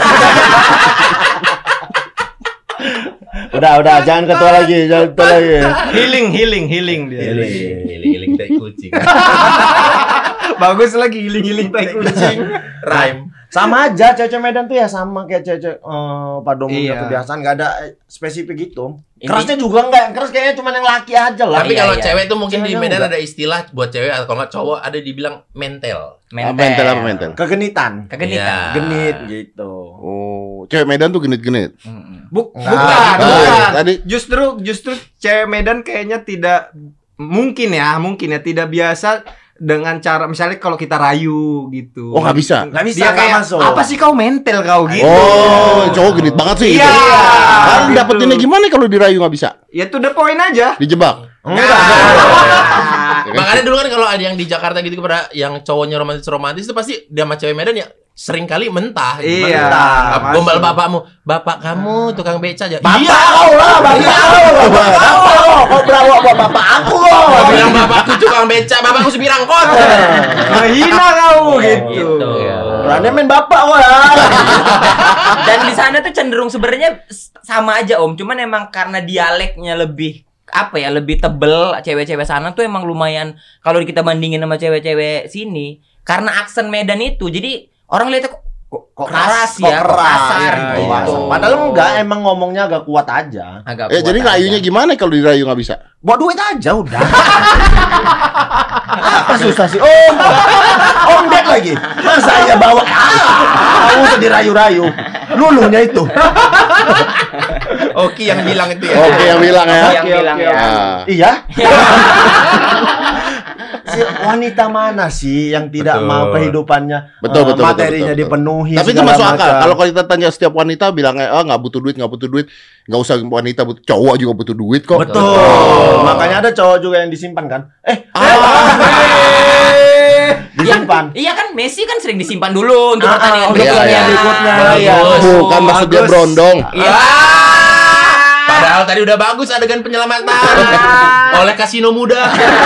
Udah, udah, jangan ketua lagi, jangan ketua lagi. Healing, healing, healing dia. Giling-giling tai kucing. Bagus lagi healing-healing tai kucing. Rhyme. Sama aja, cewek Medan tuh ya sama kayak cewek eh, pada umumnya Iya. kebiasaan, nggak ada eh, spesifik gitu. Ini- Kerasnya juga nggak, yang keras kayaknya cuma yang laki aja lah. Tapi Iya, kalau iya. cewek tuh mungkin di Ceweknya Medan enggak. ada istilah buat cewek atau kalau nggak cowok ada dibilang mentel. Apa mental apa mental? Kegenitan, Kegenitan. Iya. genit gitu. Oh, cewek Medan tuh genit-genit. Mm-mm. Buk, Nggak. bukan, Ah, bukan. tadi Justru justru cewek Medan kayaknya tidak mungkin ya, mungkin ya tidak biasa dengan cara misalnya kalau kita rayu gitu. Oh, nggak bisa? Nggak bisa, Dia nggak kayak masuk. apa sih kau mentel kau gitu. Oh, cowok genit banget sih. Iya. gitu. Kan Gitu. dapetinnya gimana kalau dirayu nggak bisa? Ya to the point aja. Dijebak. Enggak. Makanya dulu kan kalau ada yang di Jakarta gitu kepada yang cowoknya romantis-romantis itu pasti dia sama cewek Medan ya sering kali mentah. gitu. Iya, Mentah. masuk. Gombal bapakmu, bapak kamu tukang beca aja. Bapak Iya. kau lah, bapak kau, bapak kau, kau berawak buat bapak aku kau. Kau bilang bapakku tukang beca, bapakku supir angkot. Menghina kau gitu. gitu. Berani main bapak kau ya. Dan di sana tuh cenderung sebenarnya s- sama aja Om, cuman emang karena dialeknya lebih apa ya, lebih tebel. Cewek-cewek sana tuh emang lumayan kalau kita bandingin sama cewek-cewek sini, karena aksen Medan itu, jadi orang lihatnya kok Kok, kok keras kok ya, kok keras, kasar iya, gitu. iya. Padahal enggak, emang ngomongnya agak kuat aja. Agak Eh kuat jadi aja. ngayunya gimana kalau dirayu nggak bisa? Bawa duit aja udah. Apa susah sih? Oh, Om Ded lagi. Masa iya bawa? Ah, usah dirayu-rayu. Lulunya itu. Oki yang bilang itu ya. Oke yang bilang ya. Yang bilang ya. Nah. Iya. Si wanita mana sih yang tidak Betul. mau kehidupannya Betul, eh, betul, betul, materinya betul, betul. dipenuhi? Tapi itu segala masuk akal. macam. Kalau kita tanya setiap wanita bilangnya, oh nggak butuh duit, nggak butuh duit, nggak usah wanita butuh, cowok juga butuh duit kok. Betul. Oh. Makanya ada cowok juga yang disimpan kan? Eh, disimpan. Iya kan Messi kan sering disimpan dulu untuk Ah, pertandingan untuk Iya, berikutnya. iya. berikutnya. Iya. Bukan maksud dia Bagus. berondong. Iya. Padahal tadi udah bagus adegan penyelamatan oleh kasino muda.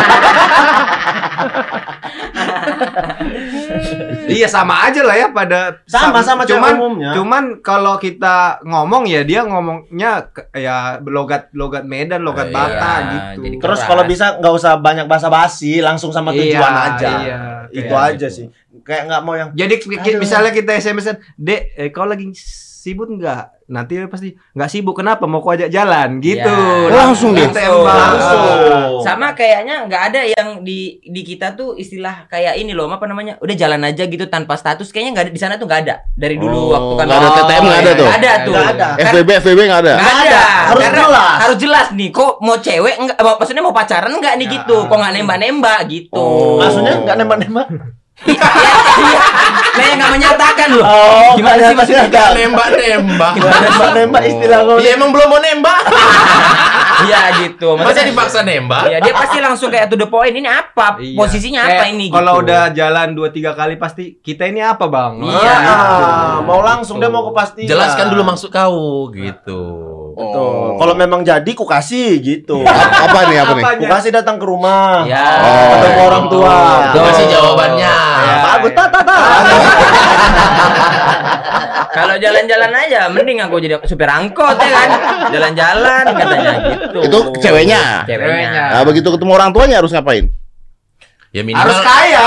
Iya sama aja lah ya pada Sama, sama cewek cuman umumnya. cuman kalau kita ngomong ya dia ngomongnya ke- ya logat logat Medan, logat Iya, Batak gitu. jadi Terus keras. kalau bisa nggak usah banyak basa-basi, langsung sama tujuan Iya, aja. iya, Itu kayak aja sih. Kayak nggak mau yang Jadi ki- ki- Aduh. misalnya kita S M S-an, "Dek, eh, kau lagi sibuk nggak?" Nanti pasti nggak sibuk. Kenapa? Mau ku ajak jalan gitu. Iya. Langsung dia. Tembak. langsung. Sama kayaknya nggak ada yang di di kita tuh istilah kayak ini loh, apa namanya? Udah jalan aja gitu tanpa status. Kayaknya nggak ada di sana tuh nggak ada. Dari dulu Oh, waktu kami nggak ada T T M, nggak ada tuh? Nggak ada tuh. Nggak ada. F B B, F B B nggak ada. Nggak Nggak ada. ada. Harus Karena jelas. Harus jelas nih. Kok mau cewek enggak? Maksudnya mau pacaran enggak nih gitu? Kok nggak nembak-nembak gitu? Oh. maksudnya nggak nembak-nembak. Iya, iya. Nah yang nggak menyatakan loh. Oh, Gimana sih maksudnya? Gak nembak-nembak. Nembak-nembak istilah kau. Ya emang belum mau nembak. Iya gitu. Masa Maksudnya- dipaksa nembak? Iya, dia pasti langsung kayak to the point. Ini apa? Iya. Posisinya Kayak apa ini gitu. Kalau udah jalan dua tiga kali pasti kita ini apa, Bang? Iya. Ah, mau langsung dia mau kepastian. Jelaskan dulu maksud kau gitu. Betul. Oh. Kalau memang jadi ku kasih gitu. A- apa nih, apa nih? Apanya? Ku kasih datang ke rumah. Ya. Oh. Ketemu orang tua. Itu kasih jawabannya. Iya. Bagus, ta ta ta. Kalau jalan-jalan aja, mending aku jadi supir angkot ya kan. Jalan-jalan katanya gitu. Itu ceweknya. Ceweknya. Nah, begitu ketemu orang tuanya harus ngapain? Ya minimal Harus kaya.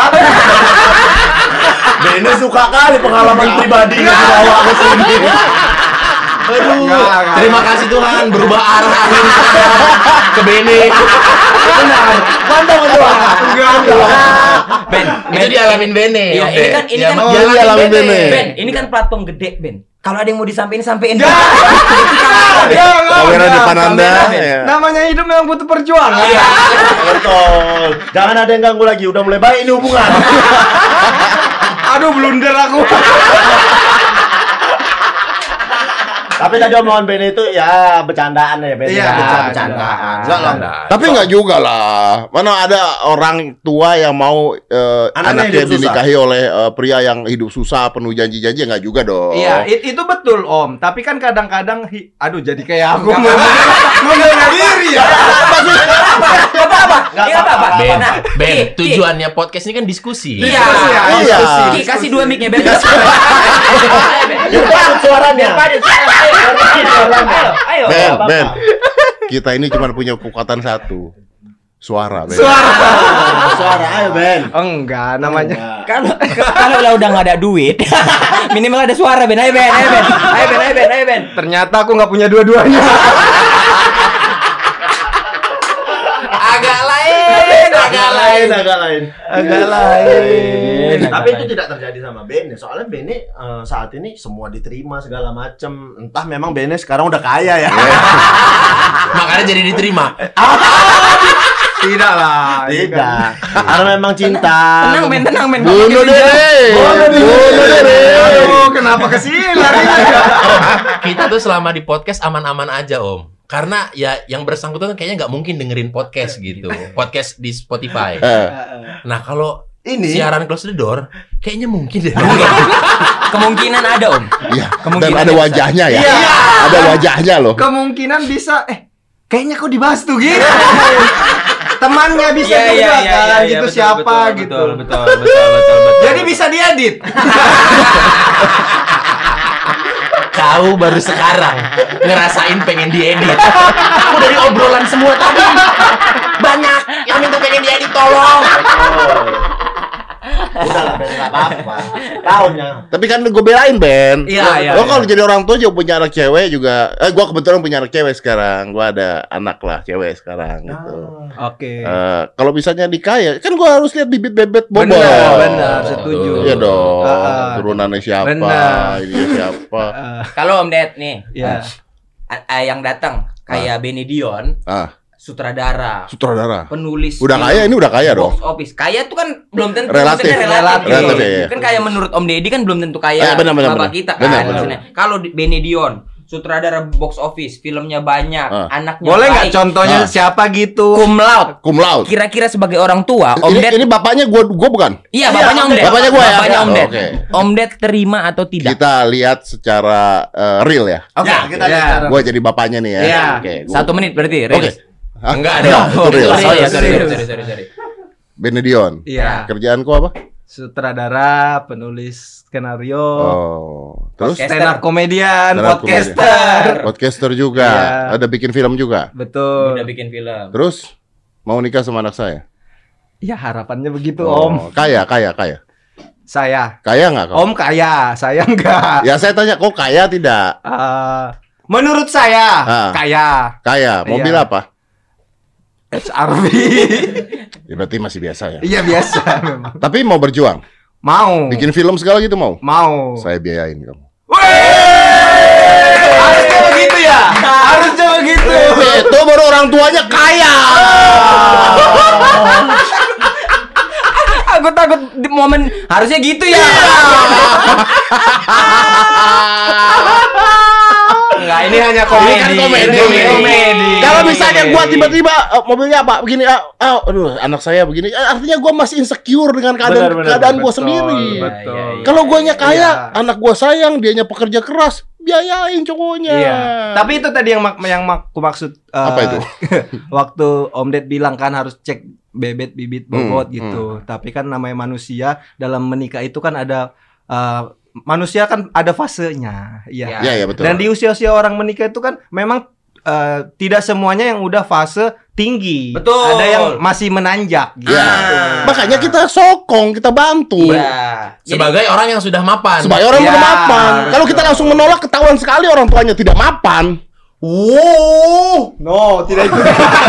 Bene suka kali pengalaman pribadinya dibawa ke sini. Aduh, Enggak, enggak. terima kasih Tuhan berubah arah angin ke Bene. Benar. Mantap betul. Enggak, enggak. Ben, Itu dialamin Bene. Iya, oke. ini kan ini Ya, kan mau Iya, dialamin dialamin Bene. Ben, ini kan platform gede, Ben. Kalau ada yang mau disampaikan, sampaikan. Kamera depan Anda. Ben. Ya. Namanya hidup memang butuh perjuangan. Iya. Betul. Jangan ada yang ganggu lagi. Udah mulai baik ini hubungan. Aduh, blunder aku. Tapi tadi omongan Bene itu ya bercandaan ya, Bene. Iya, Bercanda- bercandaan. Enggak lah. Tapi nggak juga lah. Mana ada orang tua yang mau eh, Anaknya anaknya hidup susah. dinikahi oleh eh, pria yang hidup susah, penuh janji-janji, nggak juga dong. Iya, it- itu betul, Om. Tapi kan kadang-kadang hi- aduh jadi kayak aku mau membela diri ya. Enggak apa-apa. Nggak Enggak apa-apa. apa-apa. Ben, Nah, Ben, Ki, Ki. tujuannya podcast ini kan diskusi. Iya. Diskusi ya, Iya. diskusi. Ki, kasih dua mic-nya Ben. Biar padat suaranya. Ayo, ayo. Ben, apa-apa. Ben. Kita ini cuma punya kekuatan satu. Suara, Ben. Suara. Suara. Ayo, Ben. Enggak, namanya. Kalau kalau lah udah nggak ada duit, minimal ada suara Ben. Ayo Ben, ayo Ben, ayo Ben, ayo Ben, ayo Ben. Ternyata aku nggak punya dua-duanya. Agak lain, agak lain. agak lain. Agak lain. Tapi itu tidak terjadi sama Bene. Soalnya Bene eh, saat ini semua diterima segala macem. Entah memang Bene sekarang udah kaya ya. Makanya jadi diterima. Tidak lah. Tidak. Karena memang cinta. Tenang Ben, tenang Ben. Bunuh diri. Bunuh diri. Aduh, kenapa kesini larinya? Kita tuh selama di podcast aman-aman aja, Om. Karena ya yang bersangkutan kayaknya nggak mungkin dengerin podcast gitu. Podcast di Spotify. Eh, Nah, kalau Ini siaran Close the Door kayaknya mungkin deh. Kemungkinan ada Om. Iya. Dan Kemungkinan ada besar. wajahnya ya. Iya. Ada wajahnya loh. Kemungkinan bisa eh kayaknya kok dibahas tuh gitu. Temannya bisa Iya, juga iya, iya, kan iya, gitu betul, siapa betul, gitu. Betul, betul, betul, betul, betul. Jadi bisa diedit. Kau baru sekarang ngerasain pengen diedit. Aku dari obrolan semua tadi banyak yang minta pengen diedit, tolong. udah lah Ben. nggak apa-apa. Tahunnya. Tapi kan gue belain Ben. Iya, iya, Lo kalau iya. jadi orang tua juga punya anak cewek juga. Eh gue kebetulan punya anak cewek sekarang. Gue ada anak lah cewek sekarang gitu. Oke. Eh, kalau misalnya nikah ya kan gue harus lihat bibit bebet bobot. Benar, benar, setuju. Iya dong. Ah, ah. Turunannya siapa? Benar. Ini siapa? Eh, Kalau Om Ded nih, Iya. a- a- yang datang kayak Benny Dion, Ah, sutradara, sutradara. penulis, Udah film, kaya ini udah kaya dong. box office. Kaya tuh kan belum tentu Relatif. maksudnya relatif. Relatif, iya. Kan kayak menurut Om Deddy kan belum tentu kaya Eh, benar, benar, bapak benar. kita kan. Benar, benar. maksudnya. Kalau di- Benny Dion, sutradara box office, filmnya banyak, Ah. anaknya Boleh nggak baik, contohnya Ah. siapa gitu? cum laude. Cum laude. Kira-kira sebagai orang tua, Om Ini, Ded, ini bapaknya gue gue bukan. iya bapaknya Om Ded, Bapaknya gua ya? bapaknya Om Oh, Ded. oke. Om Ded terima atau tidak? Kita lihat secara eh, real ya. Oke, Ya, kita Ya. lihat sekarang. Gue jadi bapaknya nih ya. Iya. Oke. gua- satu menit berarti. Oke. Rilis. Hah? Enggak Iya, ada. itu Oh, real. sorry, sorry, Serius. sorry, sorry, sorry, sorry. Benedion. Iya. Kerjaanku apa? Sutradara, penulis skenario, Oh. Terus Podcast. stand up komedian, Stand up podcaster. podcaster juga. Iya. Ada bikin film juga. Betul. Udah bikin film. Terus mau nikah sama anak saya? Ya harapannya begitu Oh, Om. kaya, kaya, kaya. Saya. Kaya nggak kau? Om kaya, saya enggak. Ya saya tanya, kok kaya tidak? Eh, menurut saya Ah. kaya. Kaya. Mobil Iya. apa? H R V. Ya, berarti masih biasa ya. Iya biasa memang. Tapi mau berjuang, Mau. bikin film segala gitu mau? Mau. Saya biayain kamu. Harusnya begitu ya. Harusnya begitu. Itu baru orang tuanya kaya. Aku takut di momen harusnya gitu ya. Enggak, ini hanya komedi. Ini kan komedi. Ini komedi. Kalau misalnya gua tiba-tiba eh, mobilnya apa begini, ah, ah, aduh anak saya begini, eh, artinya gua masih insecure dengan keadaan Benar, benar, keadaan benar. gua sendiri. Betul. Iya, iya. Kalau guanya kaya, Iya. anak gua sayang, dianya pekerja keras, biayain cowoknya. Iya. Tapi itu tadi yang mak yang mak- aku maksud eh, Apa itu? waktu Om Ded bilang kan harus cek bebet bibit bobot Hmm, gitu. Tapi kan namanya manusia dalam menikah itu kan ada eh, manusia kan ada fasenya. Iya. Iya, iya betul. Dan di usia-usia orang menikah itu kan memang eh, tidak semuanya yang udah fase tinggi. Betul. Ada yang masih menanjak gitu. Iya. Makanya kita sokong, kita bantu. Iya. Jadi, Sebagai orang yang sudah mapan. Sebagai orang Iya, yang mapan. betul. Kalau kita langsung menolak, ketahuan sekali orang tuanya tidak mapan. Wow. No, tidak itu.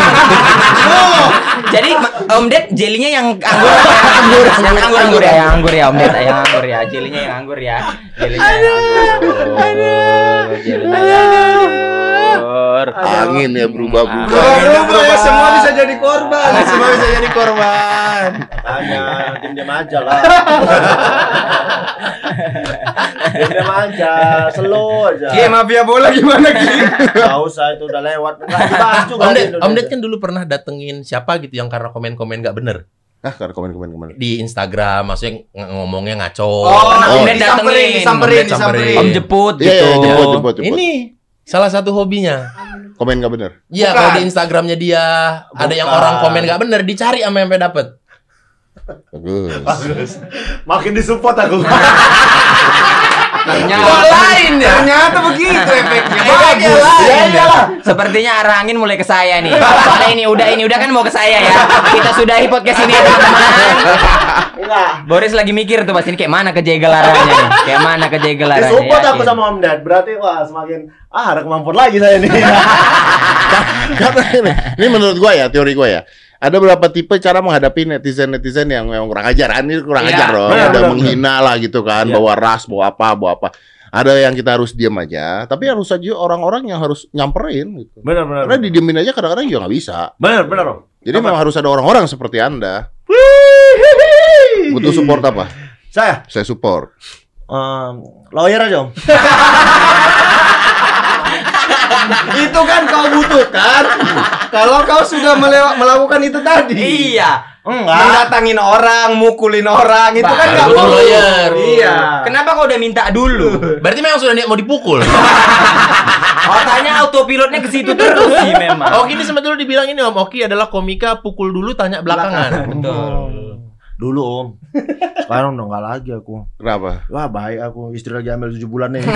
jadi ma- Om Ded jelinya yang anggur, anggur, yang anggur, anggur ya, yang anggur ya Om Ded, yang anggur ya, jelinya yang anggur ya, jelinya yang anggur, jelinya yang anggur. Angin ya berubah-berubah. Berubah ya, semua bisa jadi korban. Semua bisa jadi korban. Tanya, diam-diam aja lah. Diam-diam aja, slow aja. Oke, mafia bola gimana Ki? Gak usah, itu udah lewat. Enggak dibahas juga. Om di Ded, Om Indonesia. Ded kan dulu pernah datengin siapa gitu yang karena komen-komen nggak bener Ah, karena komen-komen kemana? di Instagram, maksudnya ng- ngomongnya ngaco. Pernah Om Oh, Ded disamperin, datengin, disamperin, Om Ded samperin. disamperin. Om jemput Iya, gitu. iya, jemput, jemput, jemput. Ini salah satu hobinya. Komen nggak bener. Iya, Bukan. kalau di Instagramnya dia ada yang Bukan. orang komen nggak bener, dicari sampai sampai dapet. Bagus. Bagus. Makin disupport aku. Ternyata lain ya. Ternyata begitu efeknya. Efeknya Bagus. lain. Ya iyalah. Sepertinya arah angin mulai ke saya nih. Soalnya ini udah ini udah kan mau ke saya ya. Kita sudahi podcast ini ya teman-teman. Enggak. Boris lagi mikir tuh pas ini kayak mana kejegel arahnya nih. Kayak mana kejegel arahnya. Disupport aku yakin. sama Om Ded. Berarti wah semakin ah ada kemampuan lagi saya nih. Karena ini, ini menurut gua ya, teori gua ya. Ada beberapa tipe cara menghadapi netizen-netizen yang memang kurang ajar. Ini kurang Iya, ajar dong. benar, Ada benar, menghina lah gitu kan, Iya. bawa ras, bawa apa, bawa apa. Ada yang kita harus diam aja, tapi harus saja orang-orang yang harus nyamperin gitu. Benar benar. Karena didiemin aja kadang-kadang juga nggak bisa. Benar benar Om. Jadi memang harus ada orang-orang seperti Anda. Butuh support apa? Saya Saya support. um, lawyer aja Om. Itu kan kau butuhkan kalau kau sudah melewa- melakukan itu tadi. Iya. Enggak. Mendatangin orang, mukulin orang, itu kan Baru nggak butuh perlu. lawyer. Iya. Kenapa kau udah minta dulu? Berarti memang sudah niat mau dipukul. Otaknya autopilotnya ke situ terus sih memang. Oki ini sempat dulu dibilang ini Om, Oki adalah komika pukul dulu tanya belakangan. Betul. Dulu Om. Sekarang udah enggak lagi aku. Kenapa? Wah baik aku, istri lagi hamil tujuh bulan nih.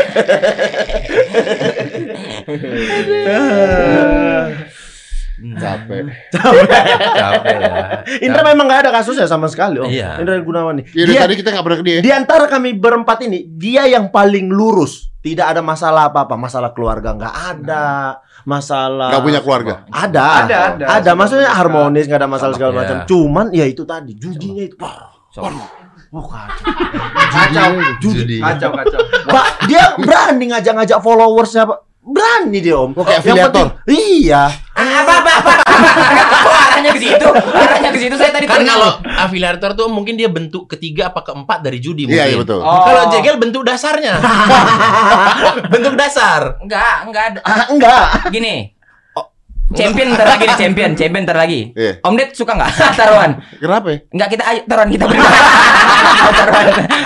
Nah, Capek. Capek ya. Indra memang nggak ada kasusnya sama sekali, Om. Iya. Indra Gunawan nih. Ya, dari Dia, tadi kita nggak pernah ke dia. di antara kami berempat ini, dia yang paling lurus. Tidak ada masalah apa-apa, masalah keluarga nggak ada, masalah Nggak punya keluarga. Ada, Ada, ada. ada. Maksudnya harmonis, nggak ada masalah segala Iya. macam. Cuman ya itu tadi, judinya itu. Wah, wah kacau. Kacau. Judi. Kacau, kacau. Pak, dia berani ngajak-ngajak followersnya, Pak. Berani dia, Om. Oh, kayak Yang afiliator. penting- Iya. Apa apa apa? Kok arahnya ke situ? Arahnya ke situ saya tadi Kan pernah. kalau afiliator tuh mungkin dia bentuk ketiga apa keempat dari judi mungkin. Iya, iya betul. Oh. Kalau jegel bentuk dasarnya. Bentuk dasar. Enggak, enggak ada. Ah, enggak. Gini. Champion ntar lagi nih, champion, champion ntar lagi. Iya. Om Ded suka nggak taruhan? Kenapa ya? Enggak, kita ayo taruhan kita berdua. Taruhan.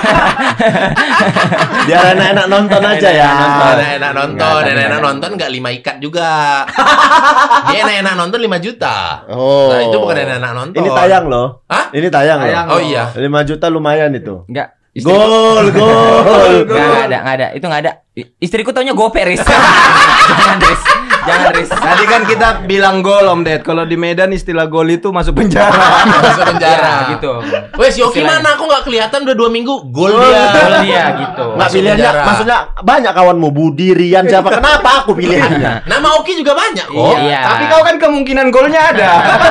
Biar enak-enak nonton aja ya. Enak-enak nonton, Nggak, enak-enak nggak. nonton nggak lima ikat juga. Dia enak-enak nonton lima juta. Oh. Nah, itu bukan enak-enak nonton. Ini tayang loh. Hah? Ini tayang, Tayang. loh. Oh iya. lima juta lumayan itu. Enggak. Gol, gol. Enggak ada, enggak ada. Itu enggak ada. I- Istriku taunya gope, Riz. Jangan, Riz. Jangan, Riz. Tadi kan kita bilang gol Om Ded. Kalau di Medan istilah gol itu masuk penjara. Masuk penjara. Ya, gitu. Wes Yoki Istilahnya. mana? Aku nggak kelihatan udah dua minggu. Gol Gol. dia. Gol dia gitu. Nggak Masuk pilihannya, penjara. maksudnya banyak kawanmu Budi, Rian, siapa? Kenapa aku pilihannya? Nama Oki juga banyak kok. Iya. Tapi kau kan kemungkinan golnya ada.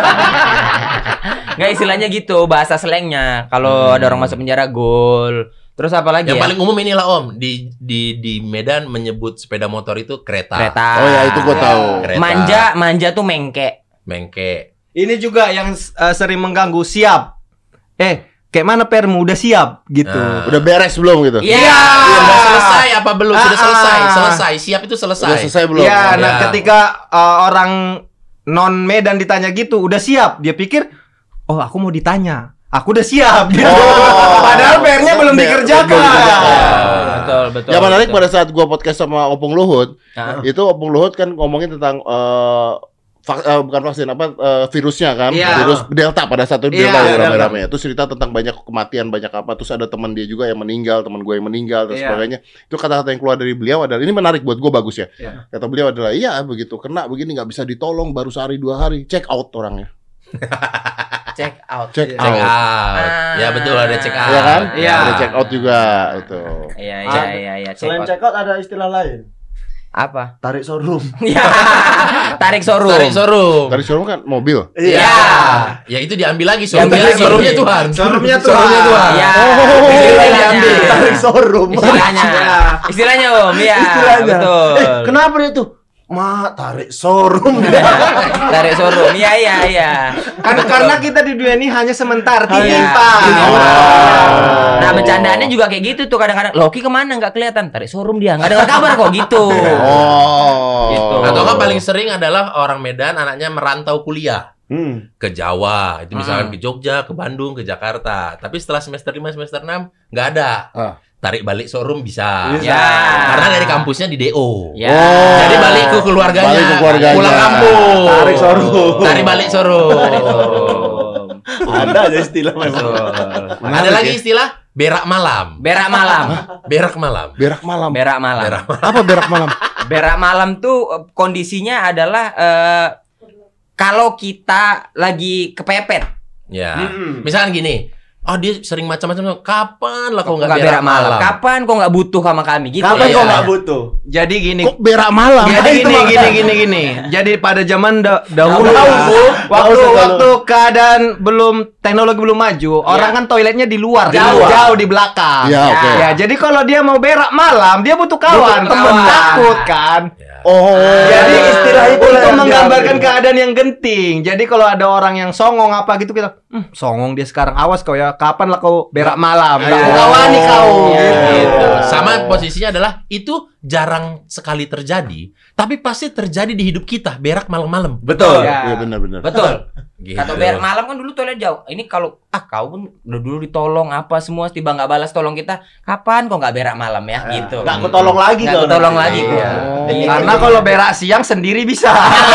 Enggak, istilahnya gitu, bahasa slangnya. Kalau ada orang masuk penjara, gol. Terus apa lagi Yang ya? paling umum inilah Om di di di Medan menyebut sepeda motor itu kereta. Kereta. Oh ya itu gua tahu. Kereta. Manja, manja tuh mengke. Mengke. Ini juga yang uh, sering mengganggu, siap. Eh, kayak mana permu udah siap gitu. Nah. Udah beres belum gitu? Iya. Iya, udah selesai apa belum? Sudah Ah, selesai. ah. Selesai. Siap itu selesai. Udah selesai belum? Iya, nah Ya. ketika uh, orang non Medan ditanya gitu, udah siap, dia pikir, oh aku mau ditanya, aku udah siap. Gitu. Oh. Padahal P R-nya belum Belum dikerjakan. dikerjakan. Betul, betul. Yang menarik betul. pada saat gua podcast sama Opung Luhut, Nah. itu Opung Luhut kan ngomongin tentang eh, vak- eh, bukan vaksin apa eh, virusnya kan, Iya. virus Delta pada saat itu Iya, Delta Delta. rame-rame. Terus cerita tentang banyak kematian, banyak apa. Terus ada teman dia juga yang meninggal, teman gue yang meninggal dan Iya. sebagainya. Itu kata-kata yang keluar dari beliau adalah ini menarik buat gue, bagus ya. Iya. Kata beliau adalah iya begitu, kena begini nggak bisa ditolong, baru sehari dua hari check out orangnya. Check out. Check Check out. out. Ah. Ya betul ada check out. Iya kan? Iya. Ada check out juga itu. Iya, iya, iya, iya. Check Selain out. check out ada istilah lain. Apa? Tarik showroom. Ya. Tarik showroom. Tarik showroom. Dari showroom kan mobil. Iya. Ya itu diambil lagi Diambil showroomnya. lagi. Showroomnya Tuhan. Showroomnya Tuhan. Showroomnya Tuhan. Iya. Oh, Istilahnya. diambil. Tarik showroom. Istilahnya. Istilahnya, Om. Iya, Istilahnya. betul. Eh, kenapa dia tuh? Ma, tarik showroom. Tarik showroom. Iya, iya, iya. Kan karena kita di dunia ini hanya sementara, Iya. timpang. Oh. Oh. Nah, bercandaannya juga kayak gitu tuh kadang-kadang. Loki kemana nggak kelihatan? Tarik showroom dia. Nggak dengar kabar kok gitu. Oh. Gitu. Atau kan paling sering adalah orang Medan anaknya merantau kuliah Hmm. ke Jawa, itu misalkan Hmm. ke Jogja, ke Bandung, ke Jakarta. Tapi setelah semester lima, semester enam nggak ada. Ah. Tarik balik showroom bisa. Ya. Karena dari kampusnya di D O. Ya. Oh. Jadi balik ke keluarganya. Balik ke keluarganya. Pulang kampung. Tarik showroom. Tarik balik showroom. Tarik showroom. Ada aja istilah memang. Ada lagi istilah berak malam. Berak malam. Berak malam. Berak malam. Berak malam. Berak malam. Apa berak malam? Berak malam tuh eh, kondisinya adalah eh, kalau kita lagi kepepet. Ya. Mm-mm. Misalkan gini. Oh dia sering macam-macam. Kapan lah kau nggak Nggak berak malam? Kapan kok nggak butuh sama kami gitu. Kapan ya? kok Iya. nggak butuh? Jadi gini. Kok berak malam? Jadi Itu gini, makanya. gini, gini, gini. Jadi pada zaman da- dahulu, Dahulu. waktu Dahulu. waktu keadaan belum teknologi belum maju, orang kan toiletnya di luar, Jauh. jauh, jauh di belakang. Ya, oke. Ya, jadi kalau dia mau berak malam, dia butuh kawan, Butuh temen kawan. takut kan. Oh. Jadi istilah itu untuk yang menggambarkan diambil. keadaan yang genting. Jadi kalau ada orang yang songong apa gitu kita, hm, songong dia sekarang, awas kau ya, kapan lah kau berak malam? Tak Iya. kawani kau. Iya, Gitu. Gitu. Sama posisinya adalah itu jarang sekali terjadi, tapi pasti terjadi di hidup kita berak malam-malam. Betul. Ya. Iya benar-benar. Betul. Gitu. Kata berak malam kan dulu toilet jauh. Ini kalau ah kau pun udah dulu ditolong apa semua tiba nggak balas tolong kita. Kapan kok nggak berak malam ya? Gitu. Nggak aku tolong lagi Nggak kau. aku tolong lagi Iya. kok. Oh. Iya. Karena kalau berak siang sendiri bisa.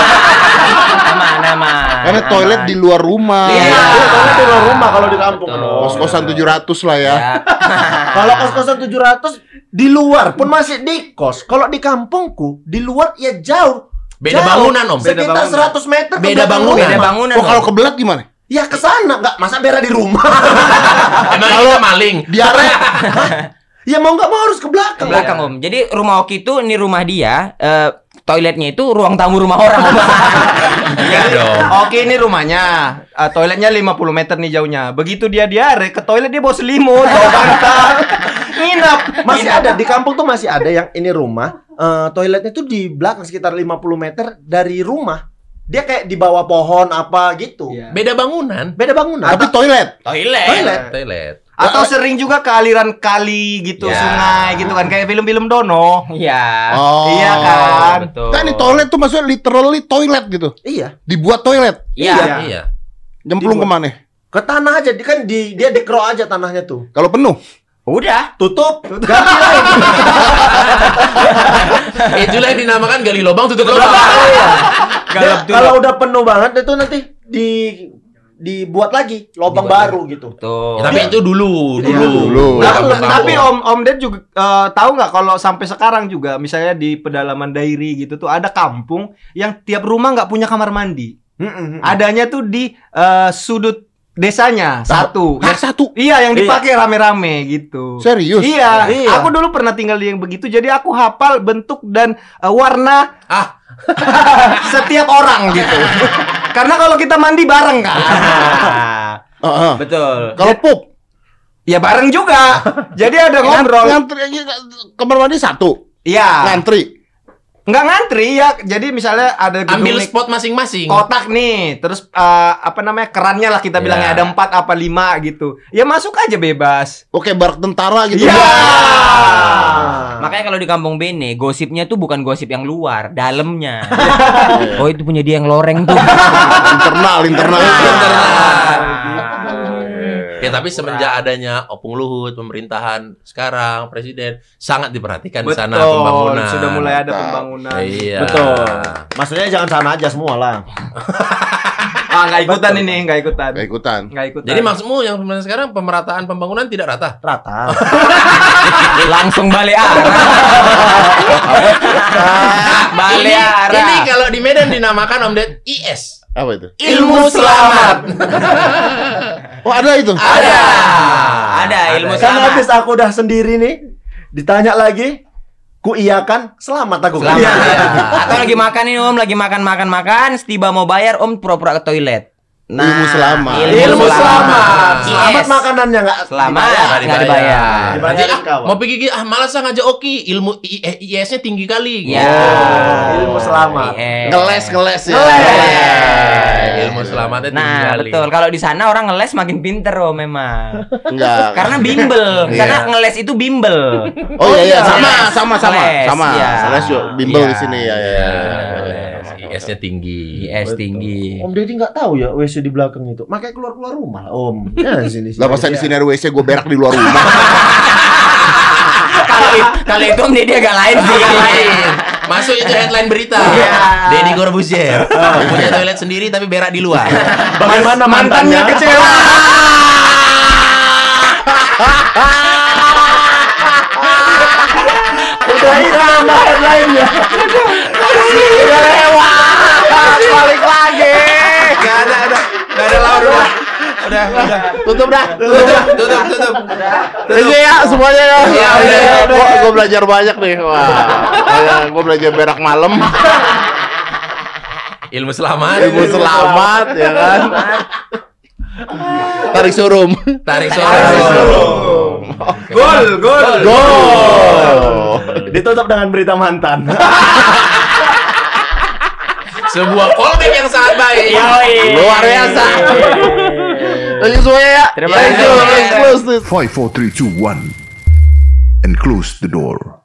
aman aman. Karena toilet aman. di luar rumah. Iya. Iya, toilet di luar rumah kalau di kampung. Betul. dong. Kos-kosan tujuh ratus lah ya. Ya. Kalau kos-kosan tujuh ratus di luar pun masih di kos. Kalau di kampungku di luar ya jauh. Beda Jauh. bangunan, Om. Beda Sekitar bangunan. seratus meter ke Beda belakang bangunan. rumah. Beda bangunan. Oh, kalau Om. kebelat gimana? Ya ke sana, enggak masa berak di rumah. Emang kita maling. Diare. Ya mau nggak mau harus ke belakang. Ke belakang Om. Jadi rumah Oki itu ini rumah dia, eh, toiletnya itu ruang tamu rumah orang. Om. Iya dong. Oke, ini rumahnya. Uh, toiletnya lima puluh meter nih jauhnya. Begitu dia diare ke toilet dia bawa selimut, bawa bantal. Nginap. Masih ada di kampung tuh masih ada yang ini rumah eh, toiletnya tuh di belakang sekitar lima puluh meter dari rumah. Dia kayak di bawah pohon apa gitu. Iya. Beda bangunan. Beda bangunan. Tapi toilet. Toilet. Toilet. Toilet. Atau sering juga ke aliran kali gitu, Ya. sungai gitu kan kayak film-film Dono. Iya. Oh. Iya kan? Betul. Kan ini toilet tuh maksudnya literally toilet gitu. Iya. Dibuat toilet. Iya. Iya. Nyemplung Dibuat. kemana? Ke tanah aja, di- kan di dia dikerok aja tanahnya tuh. Kalau penuh. Udah. Tutup, ganti lagi. Itulah yang dinamakan gali lubang tutup lubang. Dia kalau udah penuh banget itu nanti di dibuat lagi lubang baru gitu. Tuh. Ya, tapi itu dulu, dulu. Dulu. Nah, Kampung-kampung. tapi Om Om Ded juga eh, tahu nggak kalau sampai sekarang juga misalnya di pedalaman dairi gitu tuh ada kampung yang tiap rumah nggak punya kamar mandi. Mm-mm. Adanya tuh di eh, sudut desanya satu. Hah, satu. Iya, yang dipakai rame-rame gitu. Serius? Iya, Iya. aku dulu pernah tinggal di yang begitu, jadi aku hafal bentuk dan eh, warna Ah, setiap orang gitu. Karena kalau kita mandi bareng kan, Heeh. Betul. Kalau pup, ya bareng juga. Jadi ada ngobrol. ngantri kamar mandi satu. Iya, Ngantri. nggak ngantri ya. Jadi misalnya ada gedung ambil nih, spot masing-masing. kotak nih, terus eh, apa namanya kerannya lah kita bilangnya Ya. ada empat apa lima gitu. Ya masuk aja bebas. Oke, barak tentara gitu. Iya. Makanya kalau di Kampung Bene, gosipnya tuh bukan gosip yang luar, dalamnya. Oh, itu punya dia yang loreng tuh. Internal, internal. Ya tapi semenjak adanya Opung Luhut, pemerintahan sekarang, presiden sangat diperhatikan di sana Betul, pembangunan. sudah mulai ada Mantap. pembangunan. Iya. Betul. Maksudnya jangan sana aja semua lah. Ah, nggak ikutan ini, nggak ikutan. Gak ikutan. Nggak ikutan. Jadi maksudmu yang sebenarnya sekarang pemerataan pembangunan tidak rata? Rata. Langsung balik arah. balik ini, arah. ini kalau di Medan dinamakan Om Ded I S. Apa itu? Ilmu selamat. Oh, ada itu. Ada. Ada ilmu Kan selamat. habis aku udah sendiri nih, ditanya lagi, ku iyakan, selamat aku. Selamat. Iya. Atau lagi makan ini Om, lagi makan makan makan, setiba mau bayar Om pura-pura ke toilet. Ilmu selamat. Ilmu selamat. Yes. Selamat makanannya nggak Selamat. dibayar. Nggak dibayar. Dibayar Nanti ah, kawan. mau pergi gi- ah malas ah ngajak Oki, ilmu I- eh, I S-nya tinggi kali. Ya. Oh, ilmu selamat. Yes. Ngeles, ngeles ya. Eh, ilmu selamatnya tinggi Nah, kali. betul. Kalau di sana orang ngeles makin pinter oh memang. Enggak. Karena bimbel. Iya. Karena ngeles itu bimbel. Oh iya, iya, iya. sama, sama, sama, Ngeles, sama. iya. Ngeles yuk, bimbel Iya. di sini ya, ya. I S-nya tinggi. I S tinggi. Om Deddy nggak tahu ya W C di belakang itu. Makanya keluar keluar rumah lah, Om. Ya di sini. Lah masa di sini ada W C gue berak di luar rumah. Kalau it- kalau itu Om Deddy agak lain sih. Masuk itu headline berita. Iya. Deddy Corbuzier punya toilet sendiri tapi berak di luar. Bagaimana mantannya mantannya? kecewa. Udah hilang dah headline-nya. Udah lewat. Balik lagi. Gak ada, udah, gak ada lawan udah. Udah, udah. Tutup dah. Tutup, tutup, tutup. Thank you ya semuanya ya. Iya, udah, udah. Gua, gua belajar banyak nih. Wah. Gue belajar berak malam. Ilmu selamat. Ilmu selamat ya kan. Tarik surum. Tarik Tarik suara. surum. Gol, gol. Gol. Ditutup dengan berita mantan. Sebuah callback yang sangat baik. Luar biasa. Thank you semuanya ya. Terima Thank you. kasih. Let's close this. Five, four, three, two, one, and close the door.